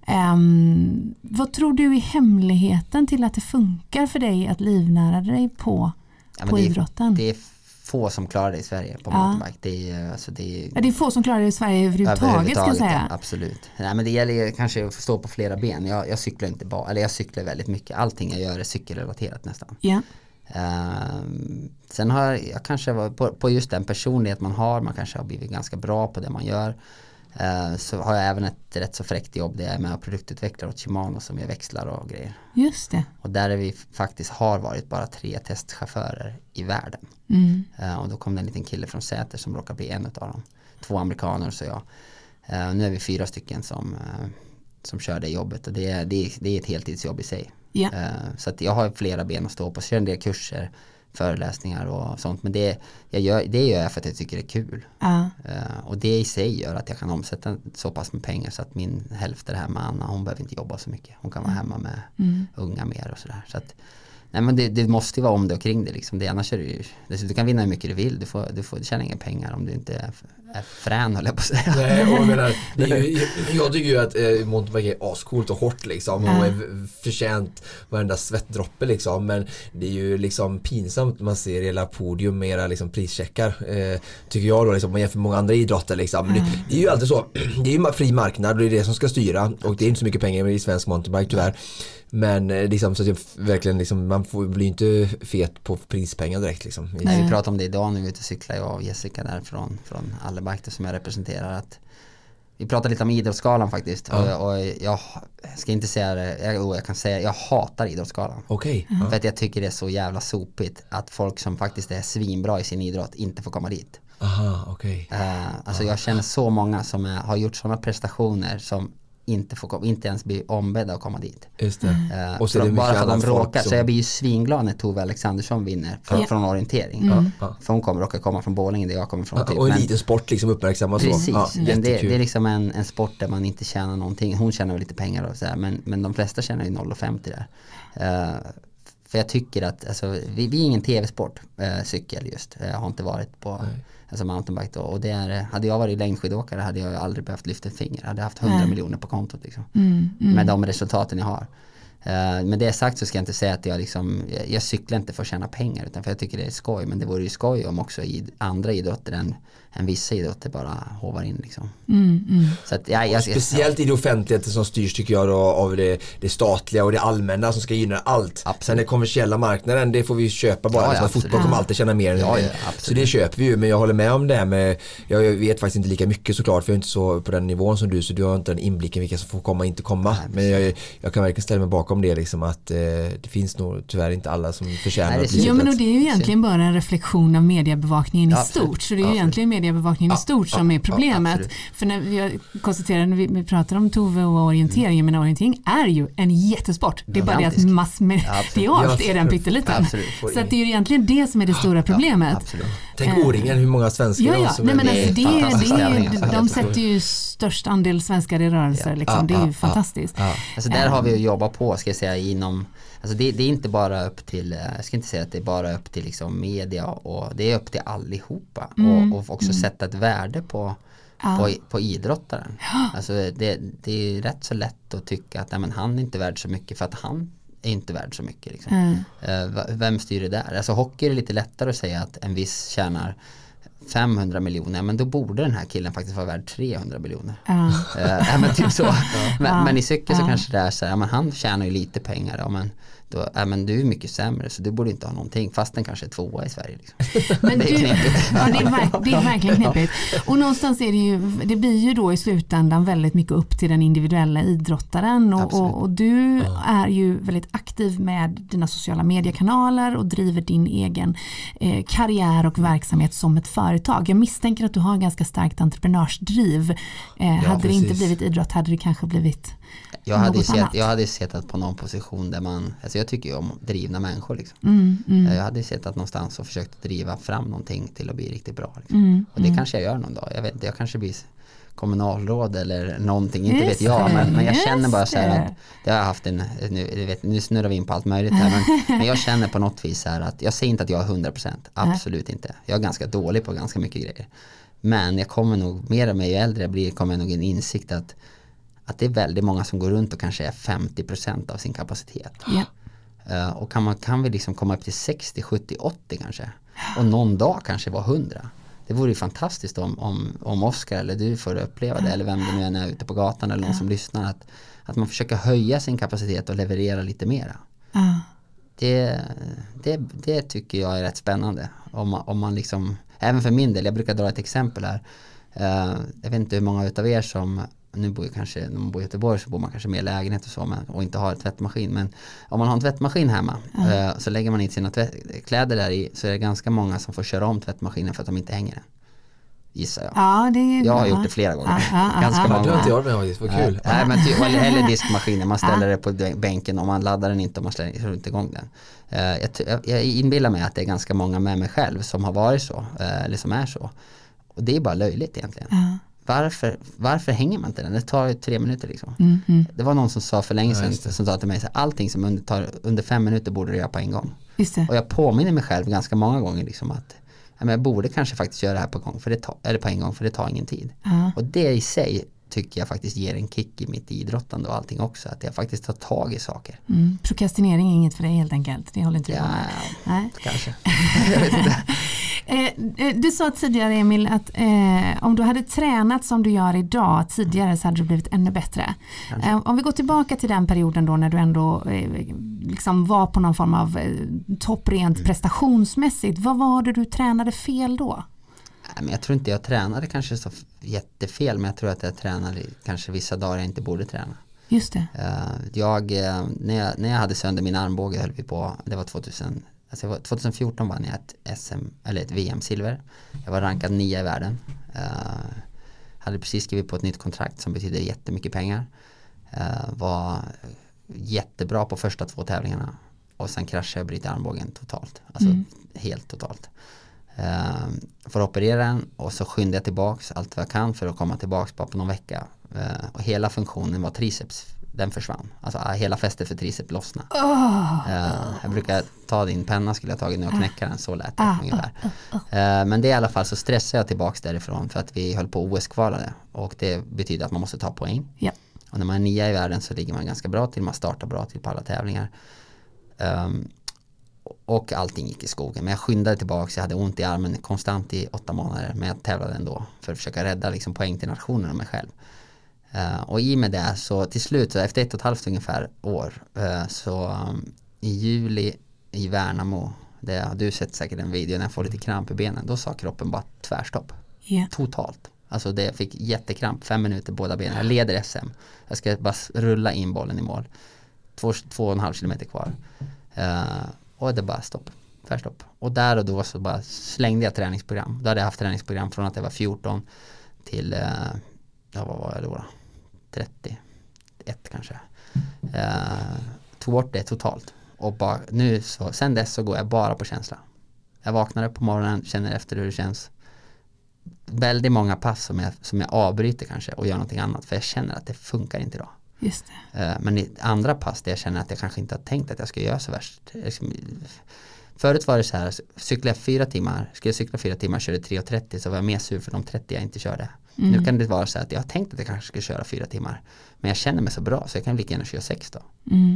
Vad tror du är hemligheten till att det funkar för dig att livnära dig på idrotten? Det är få som klarar det i Sverige på mountainbike. Det är få som klarar det i Sverige överhuvudtaget ska jag säga. Absolut. Nej, men det gäller kanske att stå på flera ben. Jag cyklar inte bara, eller jag cyklar väldigt mycket. Allting jag gör är cykelrelaterat nästan. Ja. Sen har jag kanske varit på just den personlighet man har. Man kanske har blivit ganska bra på det man gör. Så har jag även ett rätt så fräckt jobb där jag är med och produktutvecklar åt Shimano som jag växlar och grejer. Just det. Och där är vi faktiskt har varit bara 3 testchaufförer i världen. Och då kom det en liten kille från Säter som råkar bli en av dem. 2 amerikaner och så jag. Nu är vi 4 stycken som kör det jobbet, och det är ett heltidsjobb i sig. Yeah. Så att jag har flera ben att stå på, så kör en del kurser, föreläsningar och sånt, men det gör jag för att jag tycker det är kul. Och det i sig gör att jag kan omsätta så pass med pengar så att min hälft hemma, Anna, hon behöver inte jobba så mycket, hon kan vara hemma med unga mer och sådär. Så att nej, men det måste ju vara om det och kring det liksom. Annars är det ju, du kan vinna hur mycket du vill, du får tjäna inga pengar om du inte är frän, håller jag på att säga. Nej, jag tycker ju att mountainbike är ascoolt och hårt liksom, och är förtjänt varenda svettdroppe liksom, men det är ju liksom pinsamt när man ser hela podium med era liksom prischeckar, tycker jag då liksom, man jämför med många andra idrotter liksom. Men det är ju alltid så, det är ju fri marknad och det är det som ska styra, och det är inte så mycket pengar i svensk mountainbike tyvärr. Men liksom, så att verkligen liksom, man blir inte fet på prispengar direkt liksom. Vi pratade om det idag när vi var ute och cyklade, jag och Jessica där från Allebike som jag representerar, att Vi pratade lite om Idrottsgalan faktiskt. Och jag ska inte säga det, jag kan säga jag hatar Idrottsgalan. Okej. För att jag tycker det är så jävla sopigt att folk som faktiskt är svinbra i sin idrott inte får komma dit. Aha, okej. Alltså jag känner så många som har gjort sådana prestationer som inte ens blir ombedda att komma dit. Just det. Och så är det bara för att de råkar. som... Så jag blir ju svinglad när Tove Alexandersson vinner från orientering. För hon råkar komma från Borlänge där jag kommer från. Och en liten sport liksom uppmärksammas. Precis, men det är liksom en sport där man inte tjänar någonting. Hon tjänar väl lite pengar och så här, men de flesta tjänar ju 0,50 där. För jag tycker att alltså, vi är ingen tv-sport, cykel just. Jag har inte varit på alltså mountainbike då. Och hade jag varit längdskidåkare hade jag aldrig behövt lyfta ett finger. Jag hade haft 100 miljoner på kontot liksom. Med de resultaten jag har. Med det sagt så ska jag inte säga att jag cyklar inte för att tjäna pengar utan för jag tycker det är skoj. Men det vore ju skoj om också i andra idrotter än vissa idrotter bara hovar in liksom. Så att, speciellt i det offentligheten som styrs tycker jag då, av det statliga och det allmänna som ska gynna allt. Absolut. Sen den kommersiella marknaden, det får vi köpa bara. Ja, fotboll kommer alltid tjäna mer än det. Så det köper vi ju, men jag håller med om det här med, jag vet faktiskt inte lika mycket såklart för jag är inte så på den nivån som du, så du har inte den inblicken vilka som får komma och inte komma. Men jag kan verkligen ställa mig bakom det liksom, att det finns nog tyvärr inte alla som förtjänar att bli. Jo, men det är ju egentligen bara en reflektion av mediebevakningen i stort, så det är ju egentligen mediebevakningen i stort som är problemet. För när vi konstaterar när vi pratar om Tove och orientering, men orientering är ju en jättesport. Det är bara det att massmedialt är den pytteliten. Så att det är ju egentligen det som är det stora problemet. Tänk O-ringen, hur många svenskar som de sätter ju störst andel svenskar i rörelser. Liksom. Det är ju fantastiskt. Alltså där har vi att jobba på, ska jag säga, inom... Alltså det är inte bara upp till, jag ska inte säga att det är bara upp till liksom media, och det är upp till allihopa och också sätta ett värde på idrottaren. Alltså det är rätt så lätt att tycka att men han är inte värd så mycket för att han är inte värd så mycket. Liksom. Vem styr det där? Alltså hockey är det lite lättare att säga att en viss tjänar 500 miljoner, men då borde den här killen faktiskt vara värd 300 miljoner. Men typ så. Men i cykel så kanske det är så här, men han tjänar ju lite pengar, men du är mycket sämre så du borde inte ha någonting, fast den kanske är 2 i Sverige. Liksom. Men det är knepigt. Det är verkligen knepigt. Och någonstans är det blir ju då i slutändan väldigt mycket upp till den individuella idrottaren och du är ju väldigt aktiv med dina sociala mediekanaler och driver din egen karriär och verksamhet som ett företag. Jag misstänker att du har ganska starkt entreprenörsdriv. Hade det inte blivit idrott hade det kanske blivit jag hade sett att på någon position där man, alltså jag tycker ju om drivna människor liksom. Jag hade sett att någonstans och försökt driva fram någonting till att bli riktigt bra liksom. Och det kanske jag gör någon dag, jag vet inte, jag kanske blir kommunalråd eller någonting, inte vet jag, men jag känner bara så här att jag har haft nu snurrar vi in på allt möjligt här, men jag känner på något vis här att jag säger inte att jag har 100%, absolut inte, jag är ganska dålig på ganska mycket grejer, men jag kommer nog mer och mer ju äldre jag blir, kommer jag nog en insikt att det är väldigt många som går runt och kanske är 50% av sin kapacitet. Och kan vi liksom komma upp till 60, 70, 80 kanske. Och någon dag kanske var 100. Det vore ju fantastiskt om Oskar eller du får uppleva det, eller vem det nu än är ute på gatan eller någon som lyssnar, att man försöker höja sin kapacitet och leverera lite mera. Det tycker jag är rätt spännande. Om man liksom, även för min del, jag brukar dra ett exempel här. Jag vet inte hur många utav er som nu bor kanske, när man bor i Göteborg så bor man kanske mer i lägenhet och så, och inte har en tvättmaskin, men om man har en tvättmaskin hemma så lägger man in sina kläder där i, så är det ganska många som får köra om tvättmaskinen för att de inte hänger den, gissar jag. Jag har gjort det flera gånger. Ganska många. Det har inte jag med, vad kul. Eller diskmaskinen, man ställer det på bänken och man laddar den inte och man slår inte igång den. Jag inbillar mig att det är ganska många med mig själv som har varit så, eller som är så. Och det är bara löjligt egentligen. Varför hänger man inte den? Det tar 3 minuter liksom. Det var någon som sa för länge sedan, som sa till mig så här, allting som under 5 minuter borde du göra på en gång. Och jag påminner mig själv ganska många gånger liksom att jag borde kanske faktiskt göra det här på en gång, för det tar ingen tid. Och det i sig tycker jag faktiskt ger en kick i mitt idrottande och allting också, att jag faktiskt tar tag i saker. Prokrastinering är inget för dig helt enkelt, det håller inte du med? Nej, kanske. Jag vet inte. Du sa tidigare, Emil, att om du hade tränat som du gör idag tidigare så hade du blivit ännu bättre. Om vi går tillbaka till den perioden då när du ändå liksom var på någon form av topp rent prestationsmässigt, vad var det du tränade fel då? Men jag tror inte jag tränade kanske så jättefel, men jag tror att jag tränade kanske vissa dagar jag inte borde träna. Just det. När jag hade sönder min armbåge höll vi på, det var 2014 vann jag ett SM eller ett VM-silver. Jag var rankad 9 i världen. Hade precis skrivit på ett nytt kontrakt som betyder jättemycket pengar. Var jättebra på första 2 tävlingarna och sen kraschade jag och bryter armbågen totalt. Alltså helt totalt. Får operera den och så skyndade jag tillbaks allt vad jag kan för att komma tillbaks bara på någon vecka. Och hela funktionen var triceps. Den försvann. Alltså hela fästet för triceps lossnade. Jag brukar ta din penna, skulle jag tagit nu och knäcka den, så lät det ungefär. Men det är i alla fall så stressade jag tillbaks därifrån för att vi höll på OS-kvalade. Och det betyder att man måste ta poäng. Ja. Och när man är 9 i världen så ligger man ganska bra till. Man startar bra till på alla tävlingar. Och allting gick i skogen. Men jag skyndade tillbaka. Jag hade ont i armen konstant i 8 månader. Men jag tävlade ändå för att försöka rädda liksom poäng till nationen och mig själv. Och i med det så till slut, så efter 1,5 ungefär år, så i juli i Värnamo, det har du sett säkert en video när jag får lite kramp i benen, då sa kroppen bara tvärstopp. Yeah. Totalt. Alltså det fick jättekramp, 5 minuter båda benen. Jag leder SM. Jag ska bara rulla in bollen i mål. 2,5 kilometer kvar. Och det bara stopp. Tvärstopp. Och där och då så bara slängde jag träningsprogram. Då hade jag haft träningsprogram från att jag var 14 till vad var jag då? 31 kanske. Tog bort det totalt. Och bara, nu så, sen dess så går jag bara på känsla. Jag vaknar upp på morgonen, känner efter hur det känns. Väldigt många pass som jag avbryter kanske och gör någonting annat. För jag känner att det funkar inte idag. Just det. Men i andra pass där jag känner att jag kanske inte har tänkt att jag ska göra så värst. Förut var det så här, skulle jag 4 cykla 4 timmar, körde 3:30, så var jag mer sur för de 30 jag inte körde. Nu kan det vara så att jag har tänkt att jag kanske ska köra 4 timmar. Men jag känner mig så bra så jag kan lika gärna köra 6 då.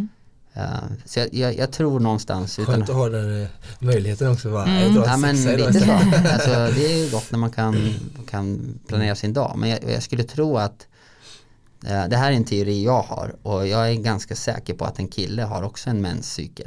Så jag tror någonstans utan att ha den möjligheten också. Ja, men lite så. Alltså, det är ju gott när man kan planera sin dag. Men jag skulle tro att det här är en teori jag har. Och jag är ganska säker på att en kille har också en menscykel.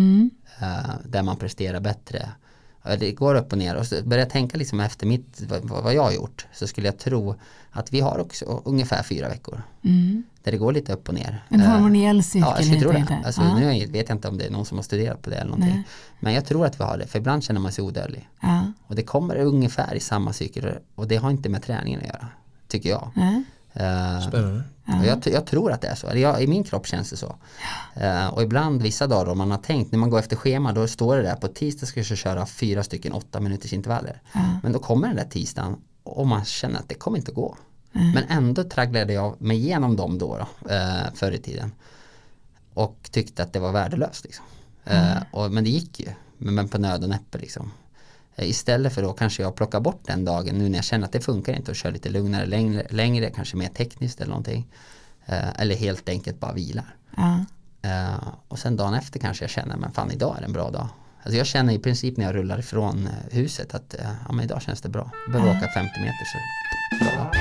Där man presterar bättre. Det går upp och ner. Och så börjar jag tänka liksom efter vad jag har gjort. Så skulle jag tro att vi har också ungefär 4 veckor. Där det går lite upp och ner. En harmoniell cykel. Ja, jag skulle tro det. Alltså, nu vet jag inte om det är någon som har studerat på det eller någonting. Nej. Men jag tror att vi har det. För ibland känner man sig odödlig. Och det kommer ungefär i samma cykel. Och det har inte med träningen att göra. Tycker jag. Spännande. Jag tror att det är så. I min kropp känns det så. Och ibland vissa dagar om man har tänkt, när man går efter schema, då står det där på tisdag ska jag köra 4 8 minuters intervaller. Men då kommer den där tisdagen och man känner att det kommer inte att gå. Men ändå tragglade jag mig igenom dem då förr i tiden. Och tyckte att det var värdelöst liksom. Men det gick ju. Men på nöd och näppe liksom. Istället för då kanske jag plockar bort den dagen nu när jag känner att det funkar inte och kör lite lugnare, längre kanske mer tekniskt eller någonting. Eller helt enkelt bara vilar. Och sen dagen efter kanske jag känner, men fan idag är en bra dag. Alltså jag känner i princip när jag rullar ifrån huset att men idag känns det bra. Jag behöver åka 50 meter så bra.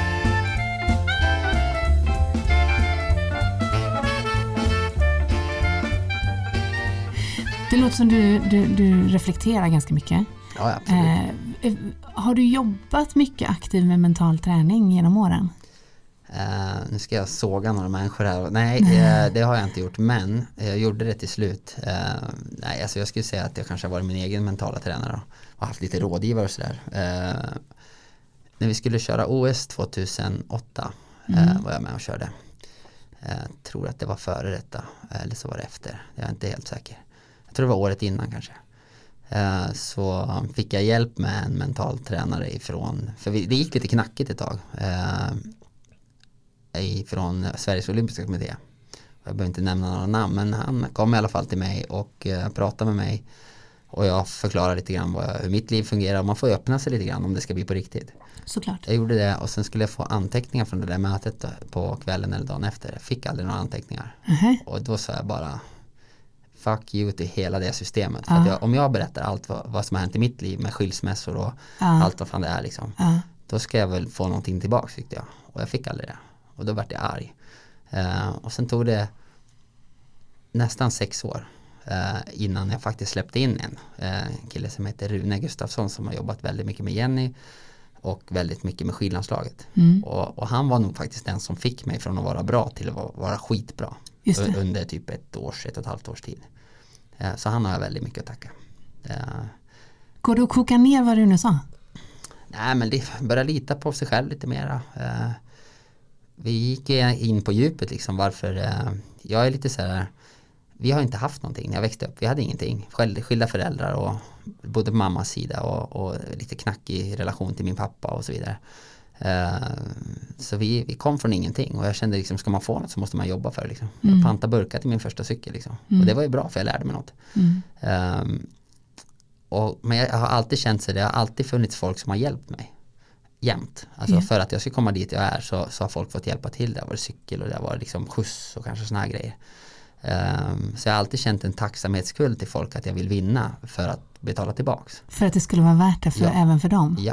Det låter som du reflekterar ganska mycket. Ja, absolut. Har du jobbat mycket aktivt med mental träning genom åren? Nu ska jag såga några människor här. Nej, det har jag inte gjort, men jag gjorde det till slut. Nej, alltså jag skulle säga att jag kanske har varit min egen mentala tränare och haft lite rådgivare och sådär. När vi skulle köra OS 2008 var jag med och körde. Tror att det var före detta, eller så var det efter. Jag är inte helt säker. Jag tror det var året innan kanske. Så fick jag hjälp med en mental tränare ifrån, för det gick lite knackigt ett tag, ifrån Sveriges olympiska kommitté. Jag behöver inte nämna några namn, men han kom i alla fall till mig och pratade med mig och jag förklarade lite grann hur mitt liv fungerar. Man får öppna sig lite grann om det ska bli på riktigt. Såklart. Jag gjorde det och sen skulle jag få anteckningar från det där mötet på kvällen eller dagen efter. Jag fick aldrig några anteckningar. Och då sa jag bara fuck you till hela det systemet. För att om jag berättar allt vad som har hänt i mitt liv med skilsmässor och allt vad fan det är liksom, då ska jag väl få någonting tillbaka, tyckte jag. Och jag fick aldrig det. Och då var jag arg. Och sen tog det nästan 6 år innan jag faktiskt släppte in en kille som heter Rune Gustafsson som har jobbat väldigt mycket med Jenny och väldigt mycket med skidlandslaget. Och han var nog faktiskt den som fick mig från att vara bra till att vara skitbra under typ 1,5 års tid. Så han har jag väldigt mycket att tacka. Går du att koka ner vad du nu sa? Nej, men börja lita på sig själv lite mera. Vi gick in på djupet liksom, varför jag är lite så här, vi har inte haft någonting när jag växte upp. Vi hade ingenting. Skilda föräldrar och både på mammas sida och lite knackig relation till min pappa och så vidare. Så vi kom från ingenting och jag kände liksom, ska man få något så måste man jobba för det liksom. Jag pantade burkar till min första cykel liksom. Och det var ju bra för jag lärde mig något. Men jag har alltid känt sig, det har alltid funnits folk som har hjälpt mig jämt. Alltså för att jag ska komma dit jag är så har folk fått hjälpa till. Det har varit cykel och det har varit liksom skjuts och kanske såna här grejer. Så jag har alltid känt en tacksamhetsskuld till folk att jag vill vinna för att betala tillbaks. För att det skulle vara värt det även för dem? Ja.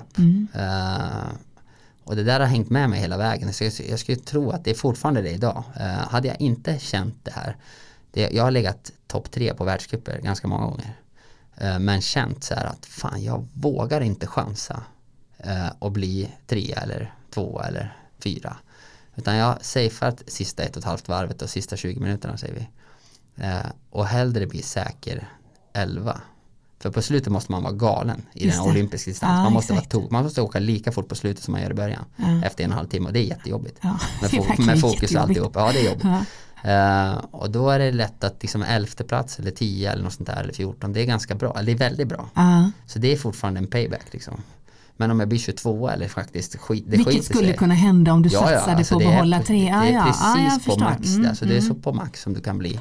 Och det där har hängt med mig hela vägen. Så jag skulle tro att det är fortfarande det idag. Hade jag inte känt det här. Jag har legat topp 3 på världscuper ganska många gånger. Men känt så här att fan, jag vågar inte chansa och bli 3 eller 2 eller 4. Utan jag safeat sista 1,5 varvet och sista 20 minuterna säger vi. Och hellre bli säker 11. För på slutet måste man vara galen i den olympiska distans. Man måste åka lika fort på slutet som man gör i början. Efter 1,5 timme och det är jättejobbigt. Med fokus alltihop. Ja, det är jobbigt. Och då är det lätt att liksom 11:e plats eller 10 eller något sånt där eller 14, det är ganska bra, eller det är väldigt bra. Så det är fortfarande en payback liksom. Men om jag blir 22 eller faktiskt vilket skulle kunna hända om du satsade alltså på att behålla 3. Det är precis på max där, så det är så på max som du kan bli.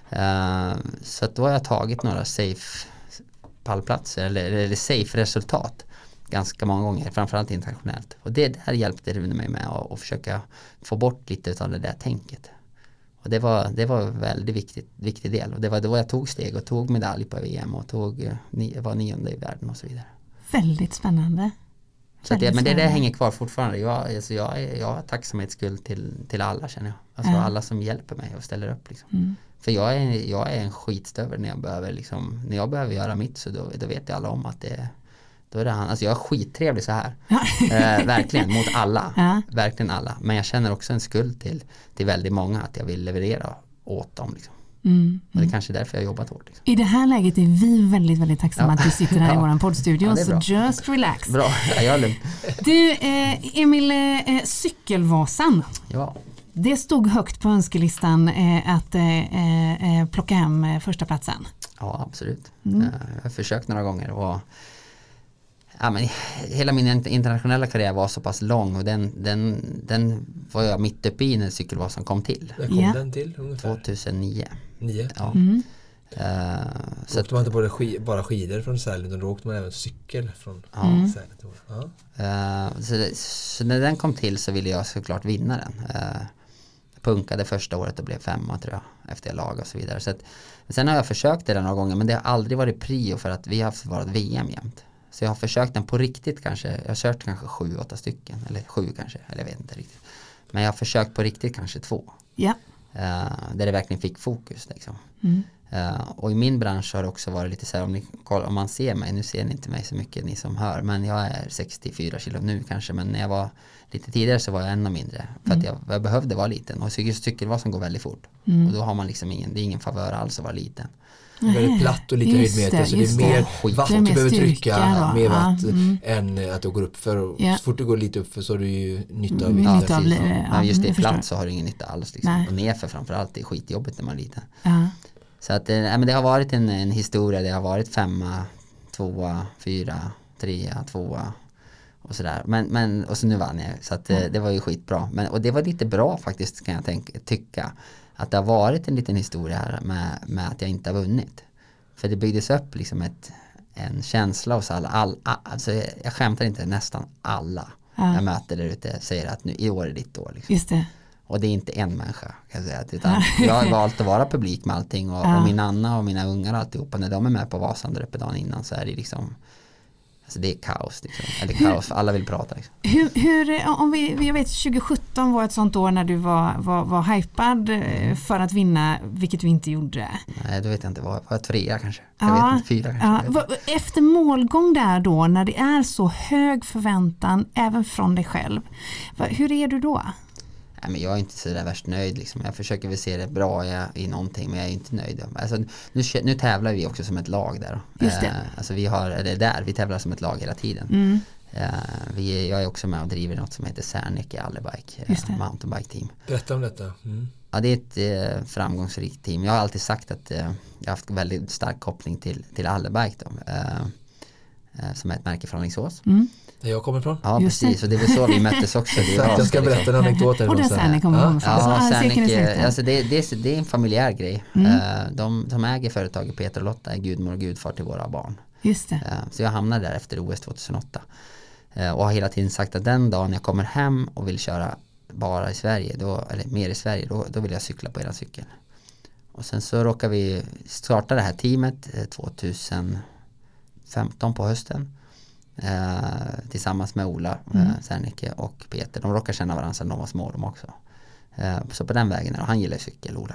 Så att då har jag tagit några safe pallplatser eller safe resultat ganska många gånger, framförallt internationellt. Och det där hjälpte Rune mig med att försöka få bort lite av det där tänket. Och det var en väldigt viktig del. Och det var då jag tog steg och tog medalj på VM och var 9:e i världen och så vidare. Väldigt spännande. Så men det där hänger kvar fortfarande. Jag har tacksamhetsskuld till alla, känner jag. Alltså alla som hjälper mig och ställer upp liksom. För jag är en skitstövel när jag behöver göra mitt, så då vet jag alla om att då är det han. Alltså jag är skittrevlig så här. Verkligen, mot alla. Verkligen alla. Men jag känner också en skuld till väldigt många att jag vill leverera åt dem liksom. Och det är kanske därför jag har jobbat hårt liksom. I det här läget är vi väldigt, väldigt tacksamma att du sitter här i våran poddstudio, så just relax. Bra, jag gör det. Du, Emil, cykelvasan. Ja. Det stod högt på önskelistan att plocka hem första platsen. Ja, absolut. Jag har försökt några gånger och men hela min internationella karriär var så pass lång och den var jag mitt uppe i när cykelvasan kom till. När kom den till ungefär? 2009. 9? Ja. Så åkte man inte bara skidor från Sälen, utan då åkte man även cykel från Sälen. Så när den kom till så ville jag såklart vinna den. Punkade första året och blev 5 tror jag, efter jag lag och så vidare. Så sen har jag försökt det några gånger, men det har aldrig varit prio för att vi har haft varit VM jämt. Så jag har försökt den på riktigt kanske. Jag har kört kanske 7-8 stycken. Eller 7 kanske. Eller jag vet inte riktigt. Men jag har försökt på riktigt kanske 2. Ja. Där det verkligen fick fokus liksom. Och i min bransch har det också varit lite så här, om man ser mig, nu ser ni inte mig så mycket ni som hör, men jag är 64 kilo nu kanske, men när jag var lite tidigare så var jag ännu mindre. För att jag behövde vara liten. Och cykelvasan går väldigt fort. Och då har man liksom det är ingen favör alls att vara liten. Väldigt platt och lite höjdmeter, så det är mer vatt du behöver trycka med vatt än att du går upp för. Och så fort du går lite upp för så har du ju nytta av vikten. Men just det platt så har du ingen nytta alls liksom. Och nerför framförallt, det är skitjobbigt när man är liten. Så att men det har varit en historia. Det har varit 5, 2, 4, 3, 2 och sådär. Men och så nu vann jag. Så att det var ju skitbra. Och det var lite bra faktiskt, kan jag tycka. Att det har varit en liten historia här med att jag inte har vunnit. För det byggdes upp liksom en känsla hos alla. Alltså jag skämtar inte, nästan alla jag möter där ute säger att nu i år är ditt år. Liksom. Just det. Och det är inte en människa, kan jag säga. Utan jag har valt att vara publik med allting. Och min Anna och mina ungar och alltihopa, när de är med på Vasan där uppe dagen innan, så är det liksom, Alltså det är kaos liksom. Eller kaos, alla vill prata liksom. Jag vet 2017 var ett sånt år när du var hypad för att vinna, vilket du inte gjorde. Nej, då vet jag inte, var jag 3 kanske? Jag vet inte, 4 kanske. Efter målgång där då, när det är så hög förväntan även från dig själv, hur är du då? Nej, men jag är inte så där värst nöjd liksom. Jag försöker väl se det bra i någonting, men jag är inte nöjd. Alltså, nu tävlar vi också som ett lag där. Just det. Alltså vi tävlar som ett lag hela tiden. Jag är också med och driver något som heter Serneke i Allerbike, mountainbike team. Berätta om detta. Ja, det är ett framgångsrikt team. Jag har alltid sagt att jag har haft väldigt stark koppling till Allerbike då, som är ett märke från Alingsås. Där jag kommer ifrån. Ja, precis. Och det är väl så vi möttes också. Jag ska berätta en anekdot. Och där Serneke kommer ifrån. Alltså det är en familjär grej. De äger företaget, Peter och Lotta, är gudmor och gudfar till våra barn. Just det. Så jag hamnade där efter OS 2008. Och har hela tiden sagt att den dagen jag kommer hem och vill köra bara i Sverige, eller mer i Sverige, då vill jag cykla på era cykel. Och sen så råkar vi starta det här teamet 2015 på hösten. Tillsammans med Ola Serneke och Peter. De råkar känna varandra sedan de var små de också. Så på den vägen, och han gillar cykel, Ola.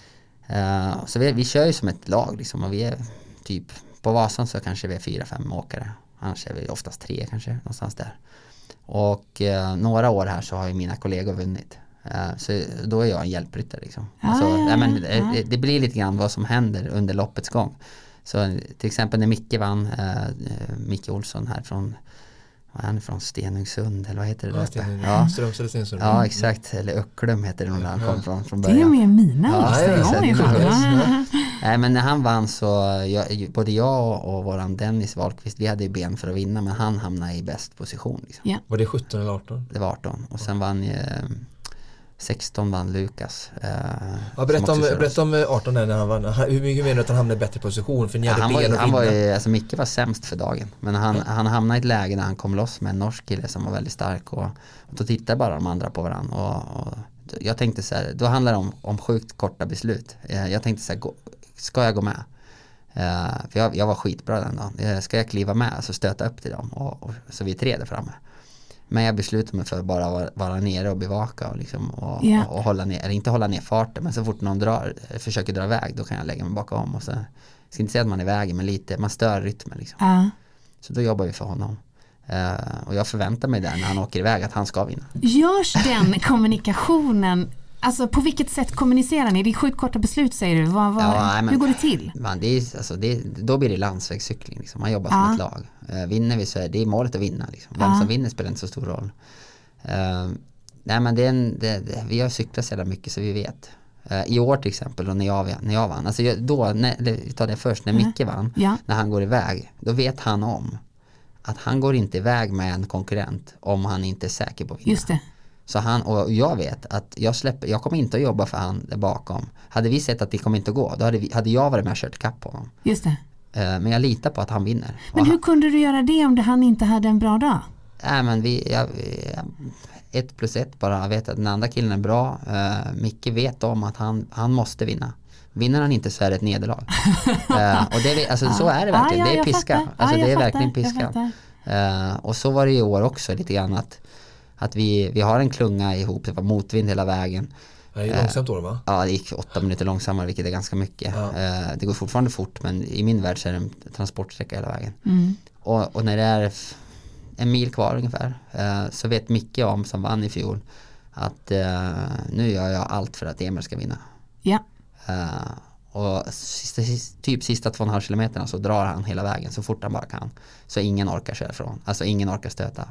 Så vi kör ju som ett lag liksom, och vi är typ på Vasan så kanske vi är 4-5 åkare. Annars är vi oftast 3 kanske, någonstans där. Och några år här så har ju mina kollegor vunnit. Så då är jag en hjälpryttare liksom. Det blir lite grann vad som händer under loppets gång. Så till exempel när Micke vann, Micke Olsson här från Stenungsund, eller vad heter det där? Strömstad eller Stenungsund. Ja, exakt. Eller Öcklum heter det när han kom från början. Det är med mina Nej, men när han vann så både jag och våran Dennis Wahlqvist, vi hade ju ben för att vinna, men han hamnade i bäst position liksom. Var det 17 eller 18? Det var 18. Och sen vann 16 vann Lukas. Berätta om 18 när han vann. Hur mycket menar du att han hamnade i bättre position? För ni hade Micke var sämst för dagen. Men han hamnade i ett läge när han kom loss med en norsk kille som var väldigt stark. Och då tittade bara de andra på varandra. Och jag tänkte så här, då handlar det om sjukt korta beslut. Jag tänkte så här, ska jag gå med? För jag var skitbra den dagen. Ska jag kliva med så stöta upp till dem? Och så vi 3 där framme. Men jag beslutade mig för att bara vara nere och bevaka och, liksom, och hålla ner, eller inte hålla ner farten, men så fort någon försöker dra iväg, då kan jag lägga mig bakom. Och så, jag ska inte säga att man är i vägen, men man stör rytmen liksom. Så då jobbar vi för honom. Och jag förväntar mig där när han åker iväg att han ska vinna. Görs den kommunikationen? Alltså på vilket sätt kommunicerar ni? Det är sjukt korta beslut, säger du. Hur går det till? Då blir det landsvägscykling. Liksom. Man jobbar som ett lag. Vinner vi så är det målet att vinna. Liksom. Vem som vinner spelar inte så stor roll. Vi har cyklat så mycket så vi vet. I år till exempel, och när jag vann. Alltså vi tar det först, när Micke vann. När han går iväg, då vet han om att han går inte iväg med en konkurrent om han inte är säker på att vinna. Just det. Så och jag vet att jag kommer inte att jobba för han där bakom. Hade vi sett att det kommer inte att gå, då hade jag varit med och kört kapp på honom. Just det. Men jag litar på att han vinner. Men hur kunde du göra det om han inte hade en bra dag? Nej, men 1+1 bara. Jag vet att den andra killen är bra. Micke vet om att han måste vinna. Vinner han inte så är det ett nederlag. Och så är det verkligen. Det är piska. Det är verkligen piska. Och så var det i år också lite grann att vi har en klunga ihop, det var motvind hela vägen. Det är långsamt då, va? Ja, det gick 8 minuter långsammare, vilket är ganska mycket. Det går fortfarande fort, men i min värld så är det en transportsträcka hela vägen. Och när det är en mil kvar ungefär, så vet Micke om, som vann i fjol, att nu gör jag allt för att Emil ska vinna. Ja. Och sista 2,5 kilometerna så drar han hela vägen så fort han bara kan. Så ingen orkar köra ifrån. Alltså ingen orkar stöta.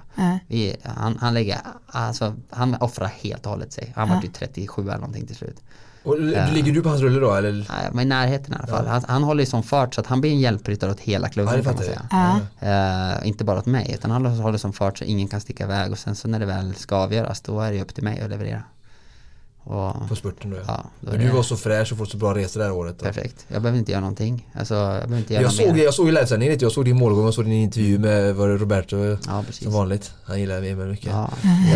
Han offrar helt och hållet sig. Han var ju 37 eller någonting till slut. Och ligger du på hans rulle då? Eller? Nej, men i närheten i alla fall. Han håller ju som fart så att han blir en hjälpryttare åt hela klubben, kan man säga. Inte bara åt mig, utan han håller som fart så ingen kan sticka iväg. Och sen så när det väl ska avgöras, då är det upp till mig att leverera. På spurten då. Ja, men du var så fräsch och fått så bra resor det här året. Då. Perfekt. Jag behöver inte göra någonting. Alltså, jag såg ju livesändningen, jag såg din målgång och såg din intervju med Roberto som vanligt. Han gillar mig mycket. Ja.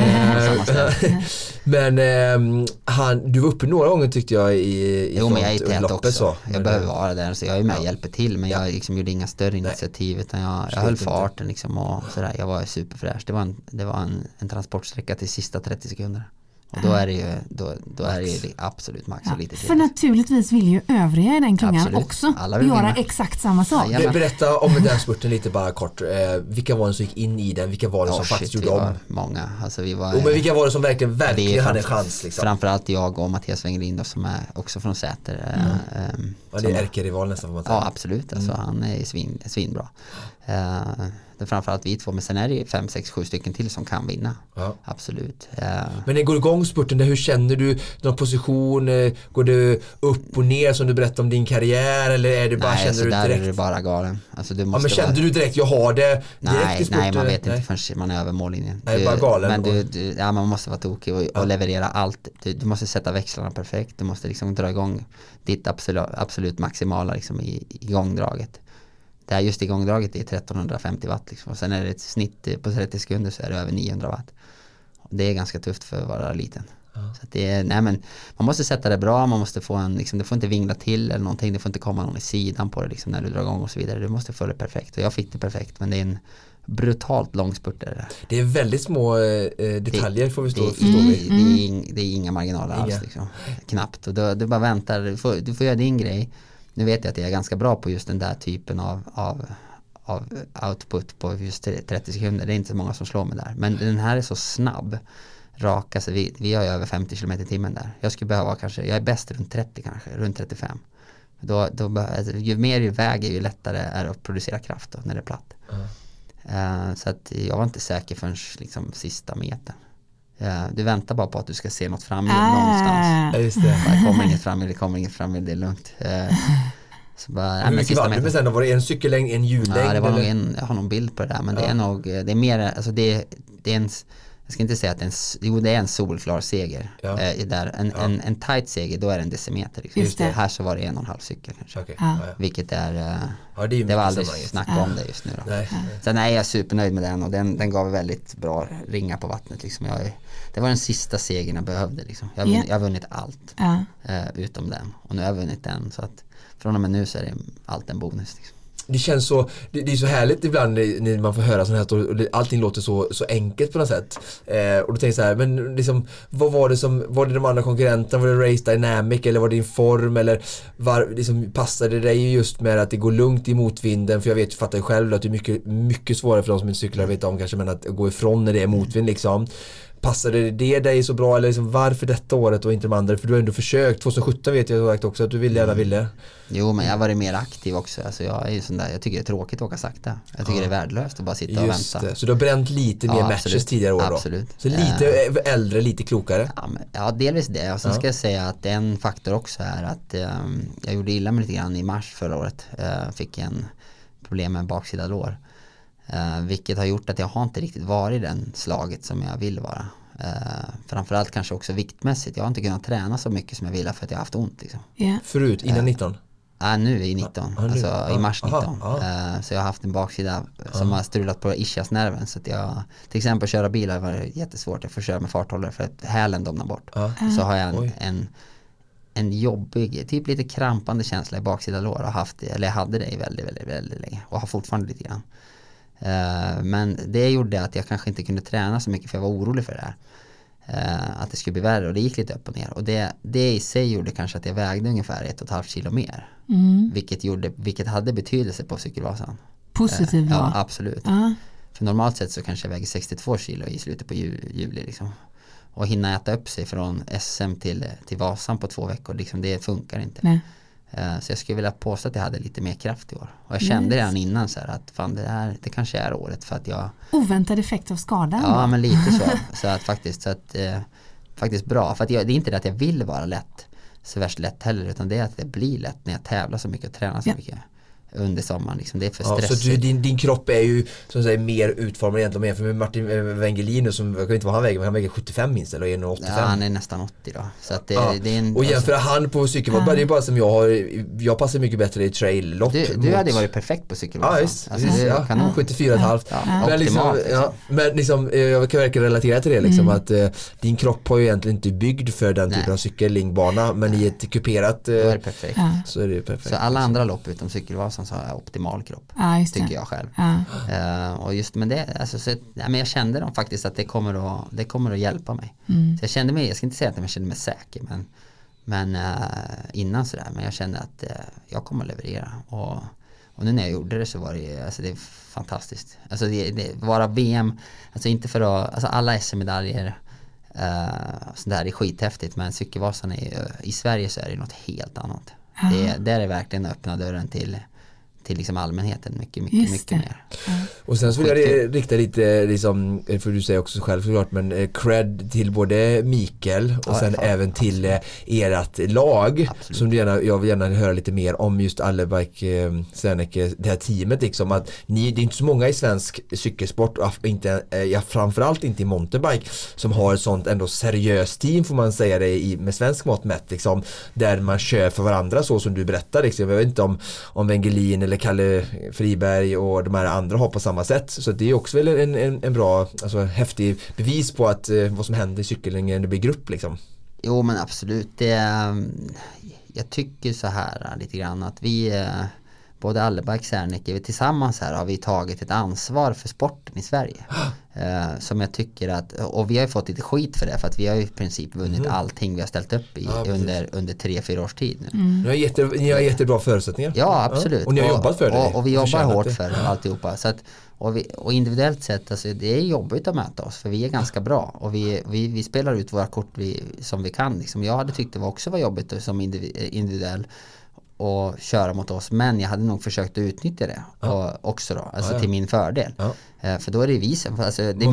Men du var uppe några gånger tyckte jag i men jag är tät också. Så. Jag behöver vara där. Så jag är med och hjälper till, men jag liksom gjorde inga större initiativ utan jag höll farten liksom och sådär. Jag var superfräsch. Det var en transportsträcka till sista 30 sekunder. Och då är det ju, då är det ju absolut max och lite till. För naturligtvis vill ju övriga i den klungan också göra exakt samma sak. Berätta om den spurten lite bara kort. Vilka var det som gick in i den? Vilka var det som faktiskt gjorde om? Många. Alltså men vilka var det som verkligen hade en chans? Liksom? Framförallt jag och Mattias Wengelin då, som är också från Säter. Det är ärkerival nästan får man säga. Ja, absolut. Alltså, han är svinbra. Det är framförallt vi två, men sen är det 5, 6, 7 stycken till som kan vinna. Ja. Absolut. Men det går igång spurten, hur känner du någon position? Går du upp och ner som du berättade om din karriär? Eller är det bara, känner du direkt? Nej, där är det bara galen. Alltså, du måste men kände du direkt, jag har det direkt i spurten? Nej, man vet inte förrän man är över mållinjen. Det är bara galen. Men man måste vara tokig och leverera allt. Du måste sätta växlarna perfekt. Du måste liksom dra igång ditt absolut maximala liksom, i igångdraget. Det här just igångdraget är 1350 watt liksom. Och sen är det ett snitt på 30 sekunder så är det över 900 watt. Det är ganska tufft för att vara liten. Så att man måste sätta det bra, man måste få liksom, det får inte vingla till eller någonting, det får inte komma någon i sidan på det liksom, när du drar igång och så vidare. Du måste få det perfekt och jag fick det perfekt, men det är en brutalt lång spurt där. Det är väldigt små detaljer får vi förstå. Det är inga marginaler alls liksom. Knappt, och du bara väntar, du får göra din grej. Nu vet jag att jag är ganska bra på just den där typen av output på just 30 sekunder. Det är inte så många som slår mig där. Men den här är så snabb. Rak, alltså vi har ju över 50 km i timmen där. Jag skulle behöva jag är bäst runt 30 kanske, runt 35. Ju mer du väger ju lättare är att producera kraft då, när det är platt. Så att jag var inte säker förrän liksom sista metern. Du väntar bara på att du ska se något fram någonstans. Just det. Det kommer inget fram, det är lugnt. Så bara, hur mycket var det? Men sen var det en cykellängd, en hjullängd? Ja, det var nog jag har någon bild på det där, men det är nog, det är mer, alltså det är en, jag ska inte säga att det är en solklar seger. Där. En tight seger, då är det en decimeter. Liksom. Här så var det 1,5 cykel kanske. Okay. Vilket är, det var aldrig snack om det just nu då. Nej. Sen är jag supernöjd med den och den gav väldigt bra ringar på vattnet. Liksom. Det var den sista segern jag behövde. Liksom. Jag har vunnit allt utom den. Och nu har jag vunnit den. Så att från och med nu så är det allt en bonus. Liksom. Det känns så, det är så härligt ibland när man får höra sånt här och allting låter så enkelt på något sätt. Och då tänker jag så här, men liksom, var det de andra konkurrenterna, var det Race Dynamic eller var det din form eller liksom, passade det dig just med att det går lugnt i motvinden? För jag fattar ju själv att det är mycket, mycket svårare för de som inte cyklar, vet om kanske, men att gå ifrån när det är motvind liksom. Passade det dig så bra eller liksom, varför detta året och inte de andra? För du har ändå försökt. 2017 vet jag också att du gärna ville. Jo, men jag var mer aktiv också. Alltså jag är sån där, jag tycker det är tråkigt att åka sakta. Jag tycker det är värdelöst att bara sitta och vänta. Det. Så du har bränt lite mer matches tidigare år då? Absolut. Så lite äldre, lite klokare? Ja, delvis det. Och sen ska jag säga att en faktor också är att jag gjorde illa mig lite grann i mars förra året. Fick en problem med baksida lår. Vilket har gjort att jag har inte riktigt varit den slaget som jag vill vara. Framförallt kanske också viktmässigt. Jag har inte kunnat träna så mycket som jag ville för att jag har haft ont. Liksom. Yeah. Förut, innan 19? Nu i 19. Alltså i mars 19. Så jag har haft en baksida som har strulat på ischiasnerven. Så att jag, till exempel köra bilar var jättesvårt. Jag får köra med farthållare för att hälen domnar bort. Så har jag en jobbig, typ lite krampande känsla i baksida lår. Jag hade det i väldigt, väldigt, väldigt länge. Och har fortfarande lite grann. Men det gjorde att jag kanske inte kunde träna så mycket för jag var orolig för det här. Att det skulle bli värre och det gick lite upp och ner. Och det i sig gjorde kanske att jag vägde ungefär 1,5 kilo mer. Vilket hade betydelse på Cykelvasan. Positivt då? Ja, absolut. För normalt sett så kanske jag väger 62 kilo i slutet på juli liksom. Och hinna äta upp sig från SM till Vasan på 2 veckor, liksom, det funkar inte. Nej. Så jag skulle vilja påstå att jag hade lite mer kraft i år. Och jag kände redan innan så här att fan, det kanske är året för att jag... Oväntad effekt av skadan? Ja, men lite så. Faktiskt bra. För att det är inte det att jag vill vara lätt, så värst lätt heller, utan det är att det blir lätt när jag tävlar så mycket och tränar så mycket. under sommaren. Liksom. Det är för stressigt. Så din kropp är ju som säger mer utformad egentligen jämfört med Martin Wengelin som jag kan inte vad han väger, men han väger 75 minst eller 1,85. Ja, han är nästan 80 då. Så att det är en, och jämför han på cykelvård, det är bara som jag passar mycket bättre i trail-lopp. Du hade varit perfekt på cykelvård. Ja, just. 74,5. Men liksom, men liksom, jag kan verkligen relatera till det liksom, att din kropp har ju egentligen inte byggd för den typen av cykellingbana, men i ett kuperat då är det perfekt. Så är det perfekt. Så alla andra lopp utom cykelvasan så har jag optimal kropp, tycker jag själv. Och just med det, alltså, men jag kände då faktiskt att det kommer att hjälpa mig. Så jag kände mig, jag ska inte säga att jag kände mig säker, men innan sådär, men jag kände att jag kommer att leverera. Och nu när jag gjorde det så var det, alltså det är fantastiskt. Alltså det vara VM, alltså inte för att, alltså alla SM-medaljer så där är skithäftigt, men cykelvasan i Sverige så är det något helt annat. Där är verkligen öppna dörren till liksom allmänheten mycket mer. Och sen så vill jag rikta lite liksom, för du säger också själv såklart, men cred till både Mikael och sen även till ert lag. Absolut. Som jag vill gärna höra lite mer om just Allebike Serneke, det här teamet liksom, att det är inte så många i svensk cykelsport och framförallt inte i mountainbike som har ett sånt ändå seriöst team, får man säga det med svensk mått mätt liksom, där man kör för varandra så som du berättar liksom. Jag vet inte om Wengelin eller Kalle Friberg och de här andra har på samma sätt, så det är också väl en bra, alltså häftig bevis på att vad som händer i cykeln när det blir grupp liksom. Jo, men absolut, jag tycker så här lite grann att vi både Allebike och Serneke tillsammans här har vi tagit ett ansvar för sporten i Sverige. Som jag tycker att, och vi har ju fått lite skit för det, för att vi har ju i princip vunnit allting vi har ställt upp i under 3-4 års tid nu. Ni har jättebra förutsättningar. Ja, absolut. Och ni har jobbat för det. Och vi jobbar hårt för alltihopa. Så att, och individuellt sett, alltså, det är jobbigt att möta oss, för vi är ganska bra. Och vi spelar ut våra kort som vi kan. Liksom. Jag hade tyckt det också var jobbigt som individuell och köra mot oss, men jag hade nog försökt att utnyttja det också då, alltså till min fördel. För då är det vi som, alltså, det är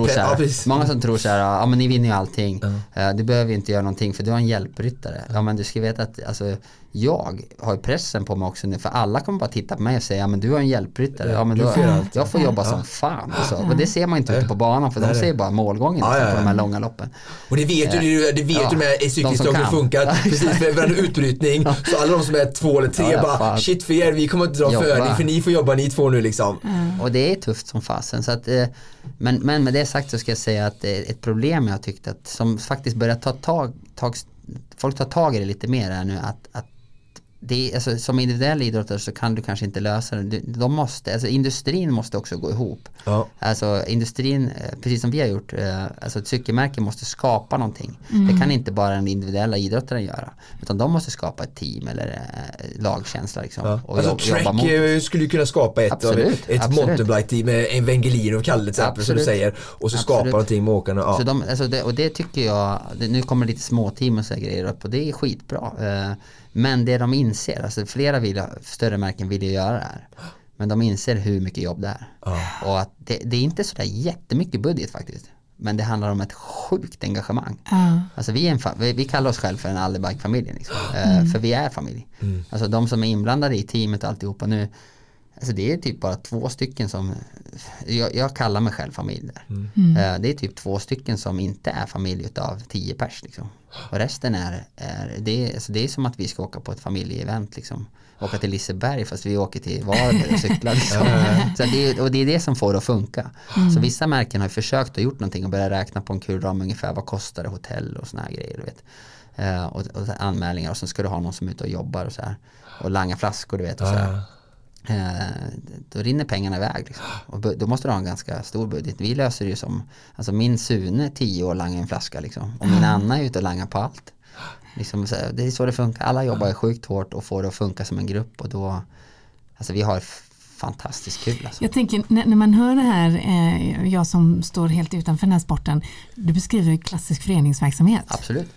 många som tror så här, ja men ni vinner ju allting, du behöver ju inte göra någonting för du har en hjälpryttare. Ja, men du ska veta att alltså, jag har ju pressen på mig också nu, för alla kommer bara titta på mig och säga, ja men du har en hjälpryttare, ja men jag får jobba som fan alltså. Och det ser man inte ute på banan, för de ser bara målgången på de här långa loppen. Och det vet du med i cykelslag hur det funkar, precis med varandra utbrytning, så alla de som är 2 eller 3 bara, shit för er, vi kommer inte dra för ni får jobba ni 2 nu liksom. Och det är tufft som fasen, så att, men med det sagt så ska jag säga att ett problem jag tyckte att som faktiskt börjar folk tar tag i det lite mer är nu att det, alltså, som individuell idrottare så kan du kanske inte lösa det. Alltså, industrin måste också gå ihop. Alltså industrin, precis som vi har gjort, alltså ett cykelmärke måste skapa någonting. Det kan inte bara den individuella idrottaren göra, utan de måste skapa ett team eller lagkänsla liksom. Och alltså Trek skulle ju kunna skapa ett mountainbike-team med en Wengelin och Kalle till exempel, som du säger, och så skapa någonting med åkarna. Så och det tycker jag, nu kommer lite små team och så grejer upp, och det är skitbra. Men det de inser, alltså flera större märken vill ju göra det här, men de inser hur mycket jobb det är. Och att det är inte så där jättemycket budget faktiskt, men det handlar om ett sjukt engagemang. Alltså vi kallar oss själv för en Allebike-familj liksom. För vi är familj. Alltså de som är inblandade i teamet och alltihopa nu, alltså det är typ bara 2 stycken som jag kallar mig själv familj där. Det är typ 2 stycken som inte är familj utav 10 pers liksom. Och resten det är som att vi ska åka på ett familjeevent liksom. Åka till Liseberg fast vi åker till Varberg och cyklar liksom. Så det är det som får det att funka. Så vissa märken har försökt och gjort någonting och börjat räkna på en kul ram ungefär vad kostar det hotell och såna här grejer, du vet. Och anmälningar, och sen ska du ha någon som är ute och jobbar och så här, och langa flaskor, du vet, och så här. Då rinner pengarna iväg liksom. Och då måste du ha en ganska stor budget. Vi löser det ju som, alltså min Sune 10 år langar en flaska liksom, och min Anna är ute och langar på allt liksom, så det är så det funkar. Alla jobbar sjukt hårt och får det att funka som en grupp, och då, alltså vi har fantastiskt kul alltså. Jag tänker, när man hör det här, jag som står helt utanför den här sporten, du beskriver ju klassisk föreningsverksamhet. Absolut.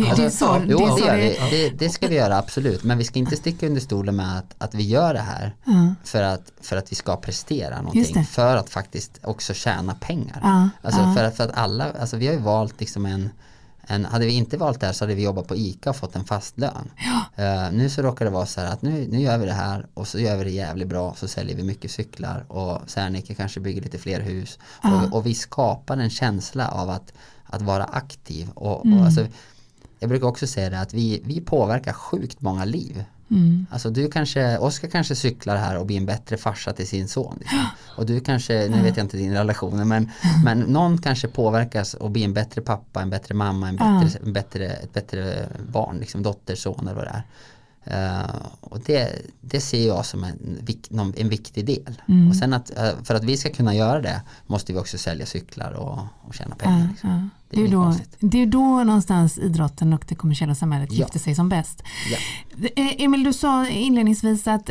Det ska vi göra, absolut. Men vi ska inte sticka under stolen med att vi gör det här för att vi ska prestera någonting, för att faktiskt också tjäna pengar. Alltså för att alla, alltså vi har ju valt liksom Hade vi inte valt det här så hade vi jobbat på ICA och fått en fast lön. Nu så råkar det vara så här att nu gör vi det här och så gör vi det jävligt bra, så säljer vi mycket cyklar och Serneke kanske bygger lite fler hus och vi skapar en känsla av att vara aktiv och alltså, jag brukar också säga det att vi påverkar sjukt många liv. Alltså Oskar kanske cyklar här och blir en bättre farsa till sin son liksom. Och du kanske, nu vet jag inte din relation, men någon kanske påverkas och blir en bättre pappa, en bättre mamma, ett bättre barn, liksom dotter, son eller vad det är. Och det ser jag som en viktig del. Och sen för att vi ska kunna göra det måste vi också sälja cyklar och tjäna pengar. Liksom. Det är då någonstans idrotten och det kommersiella samhället gifter sig som bäst. Emil, du sa inledningsvis att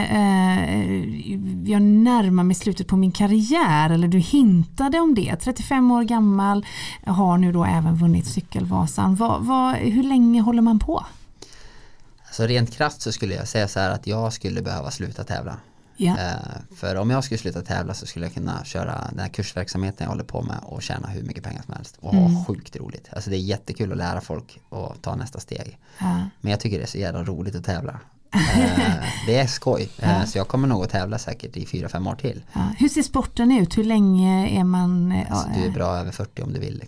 jag närmar mig slutet på min karriär, eller du hintade om det. 35 år gammal, har nu då även vunnit Cykelvasan. Hur länge håller man på? Så rent krasst så skulle jag säga så här att jag skulle behöva sluta tävla. För om jag skulle sluta tävla så skulle jag kunna köra den här kursverksamheten jag håller på med och tjäna hur mycket pengar som helst och ha sjukt roligt. Alltså det är jättekul att lära folk och ta nästa steg. Men jag tycker det är så jävla roligt att tävla. Det är skoj. Så jag kommer nog att tävla säkert i 4-5 år till. Hur ser sporten ut? Hur länge är man... Alltså, du är bra över 40 om du vill.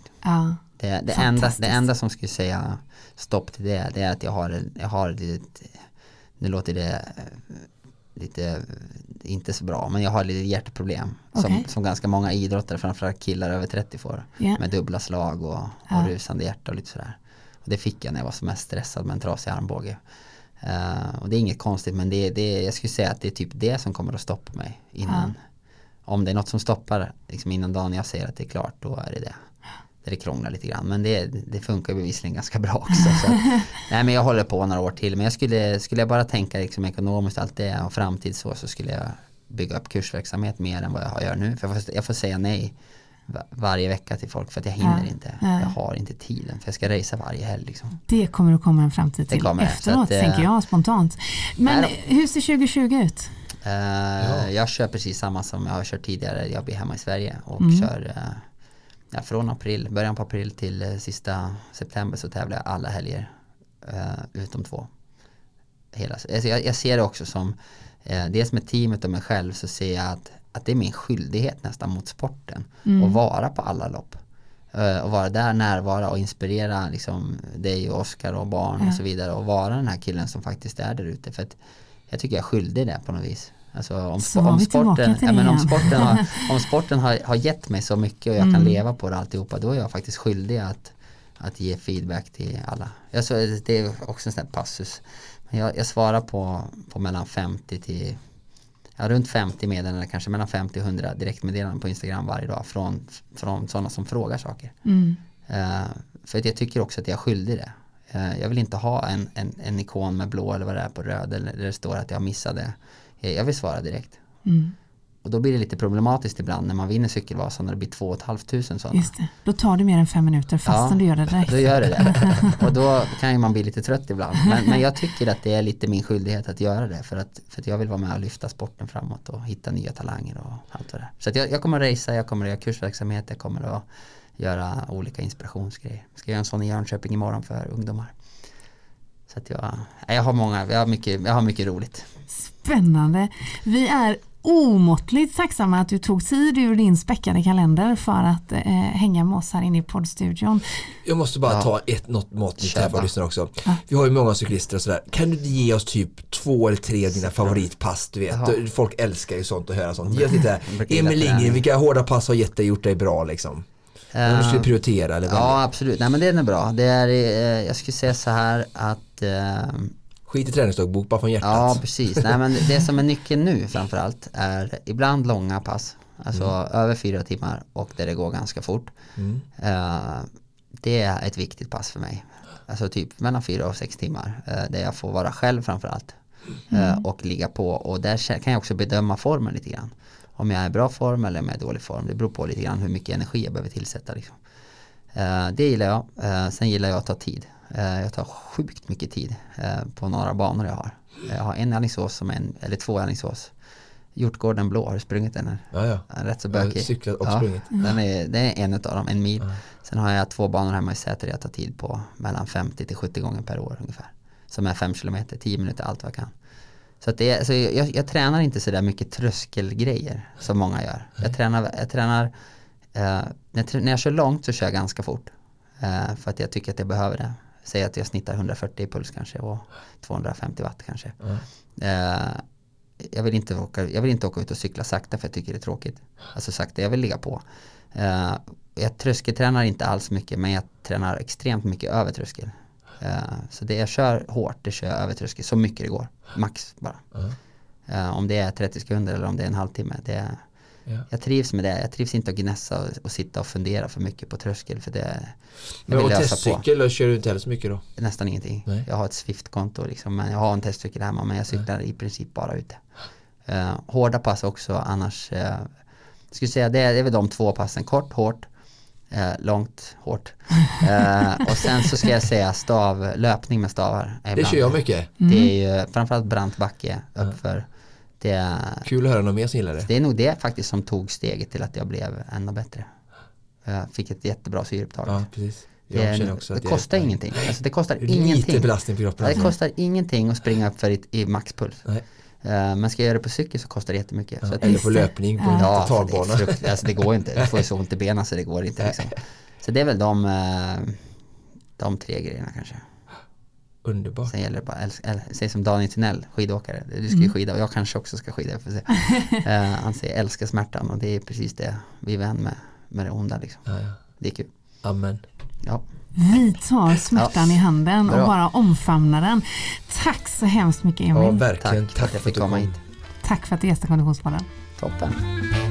Det enda som skulle säga stopp till det är att jag har nu låter det lite inte så bra, men jag har lite hjärtproblem som ganska många idrottare, framförallt killar över 30 får, med dubbla slag och rusande hjärta och lite sådär. Och det fick jag när jag var som mest stressad med en trasig armbåge. Och det är inget konstigt, men jag skulle säga att det är typ det som kommer att stoppa mig innan. Om det är något som stoppar liksom innan dagen jag säger att det är klart, då är det. Där det krånglar lite grann, men det funkar bevisligen ganska bra också. Så, nej, men jag håller på några år till, men jag skulle jag bara tänka liksom ekonomiskt allt det och framtid så skulle jag bygga upp kursverksamhet mer än vad jag gör nu. För jag får säga nej varje vecka till folk för att jag hinner inte. Jag har inte tiden, för jag ska resa varje helg. Liksom. Det kommer att komma en framtid till efteråt, tänker jag spontant. Men hur ser 2020 ut? Jag kör precis samma som jag har kört tidigare. Jag blir hemma i Sverige och kör... från början på april till sista september så tävlar jag alla helger utom 2. Jag ser det också som dels med teamet och mig själv, så ser jag att det är min skyldighet nästan mot sporten att vara på alla lopp och vara där, närvara och inspirera liksom dig och Oskar och barn och så vidare, och vara den här killen som faktiskt är där ute, för att jag tycker jag är skyldig det på något vis. Alltså om sporten har gett mig så mycket och jag kan leva på det alltihopa, då är jag faktiskt skyldig att ge feedback till alla. Det är också en sån här passus. Men jag svarar på mellan 50 till runt 50 meddelanden, kanske mellan 50 och 100 direktmeddelanden på Instagram varje dag från sådana som frågar saker. För att jag tycker också att jag är skyldig det. Jag vill inte ha en ikon med blå eller vad det är på röd, eller där det står att jag missade. Jag vill svara direkt. Och då blir det lite problematiskt ibland när man vinner Cykelvasan, när det blir 2 500 sådana. Just det. Då tar det mer än 5 minuter fastän du gör det direkt. Då gör det. Och då kan ju man bli lite trött ibland. Men jag tycker att det är lite min skyldighet att göra det. För att jag vill vara med och lyfta sporten framåt och hitta nya talanger och allt vad det är. Så att jag kommer att racea, jag kommer att göra kursverksamhet, jag kommer att göra olika inspirationsgrejer. Jag ska göra en sån i Jönköping imorgon för ungdomar. Så att jag har mycket roligt. Spännande. Vi är omåttligt tacksamma att du tog tid ur din späckade kalender för att hänga med oss här inne i poddstudion. Jag måste bara ta något måttligt här för lyssnare också. Vi har ju många cyklister och sådär. Kan du ge oss typ 2 eller 3 av dina favoritpass? Du vet, folk älskar ju sånt och höra sånt. Ge oss lite Emil Lindgren, vilka hårda pass har gjort dig bra liksom? Om du skulle prioritera eller vad? Ja, absolut. Nej, men det är bra. Jag skulle säga så här att skit i träningsdagbok, bara från hjärtat. Ja, precis. Nej, men det som är nyckeln nu framförallt är ibland långa pass. Alltså över 4 timmar och där det går ganska fort. Det är ett viktigt pass för mig. Alltså typ mellan 4 och 6 timmar. Där jag får vara själv framförallt. Och ligga på. Och där kan jag också bedöma formen lite grann. Om jag är i bra form eller om jag är i dålig form. Det beror på lite grann hur mycket energi jag behöver tillsätta. Liksom. Det gillar jag. Sen gillar jag att ta tid. Jag tar sjukt mycket tid på några banor jag har. Jag har en Alingsås eller 2 Alingsås. Hjortgården blå, har du sprungit den här? Ja. Rätt så bökig. Cyklat och sprungit. Det är en av dem, 1 mil. Sen har jag 2 banor hemma i Säter jag tar tid på mellan 50 till 70 gånger per år ungefär. Som är 5 kilometer, 10 minuter, allt vad jag kan. Så, att jag tränar inte så där mycket tröskelgrejer som många gör. Jag tränar när jag kör långt så kör jag ganska fort. För att jag tycker att jag behöver det. Säg att jag snittar 140 i puls kanske och 250 watt kanske. Jag vill inte åka ut och cykla sakta för jag tycker det är tråkigt. Alltså sakta, jag vill ligga på. Jag tröskeltränar inte alls mycket, men jag tränar extremt mycket över tröskel. Så jag kör hårt, det kör över tröskel så mycket det går. Max bara. Om det är 30 sekunder eller om det är en halvtimme. Jag trivs med det. Jag trivs inte att gnässa och sitta och fundera för mycket på tröskel. För det men och testcykel kör du inte heller så mycket då? Nästan ingenting. Nej. Jag har ett Swift-konto liksom, men jag har en testcykel hemma, men jag cyklar i princip bara ute. Hårda pass också, annars skulle säga det är väl de 2 passen, kort, hårt, långt, hårt. Och sen så ska jag säga löpning med stavar. Det kör jag mycket. Det är ju framförallt brant backe uppför. Kul att höra något mer som gillar det. Det är nog det faktiskt som tog steget till att jag blev ännu bättre. Jag fick ett jättebra syreupptag. Ja, precis. Det kostar ingenting. Alltså det kostar ingenting. Lite belastning på kroppen. Det kostar ingenting att springa upp för i maxpuls. Nej. Men ska jag göra det på cykel så kostar det jättemycket. Så eller på löpning på en totalbana. Alltså det går inte. Du får ju så ont i benen så det går inte. Liksom. Så det är väl de 3 grejerna kanske. Underbart. Sen gäller det bara säg som Daniel Tinell, skidåkare. Du ska ju skida och jag kanske också ska skida. För se. Han säger älskar smärtan och det är precis det vi är vän med det onda liksom. Ja. Det är kul. Amen. Ja. Vi tar smärtan i handen och bara omfamnar den. Tack så hemskt mycket, Emil. Ja, verkligen. Tack för att jag fick komma hit. Tack för att du gästade Konditionspodden. Toppen.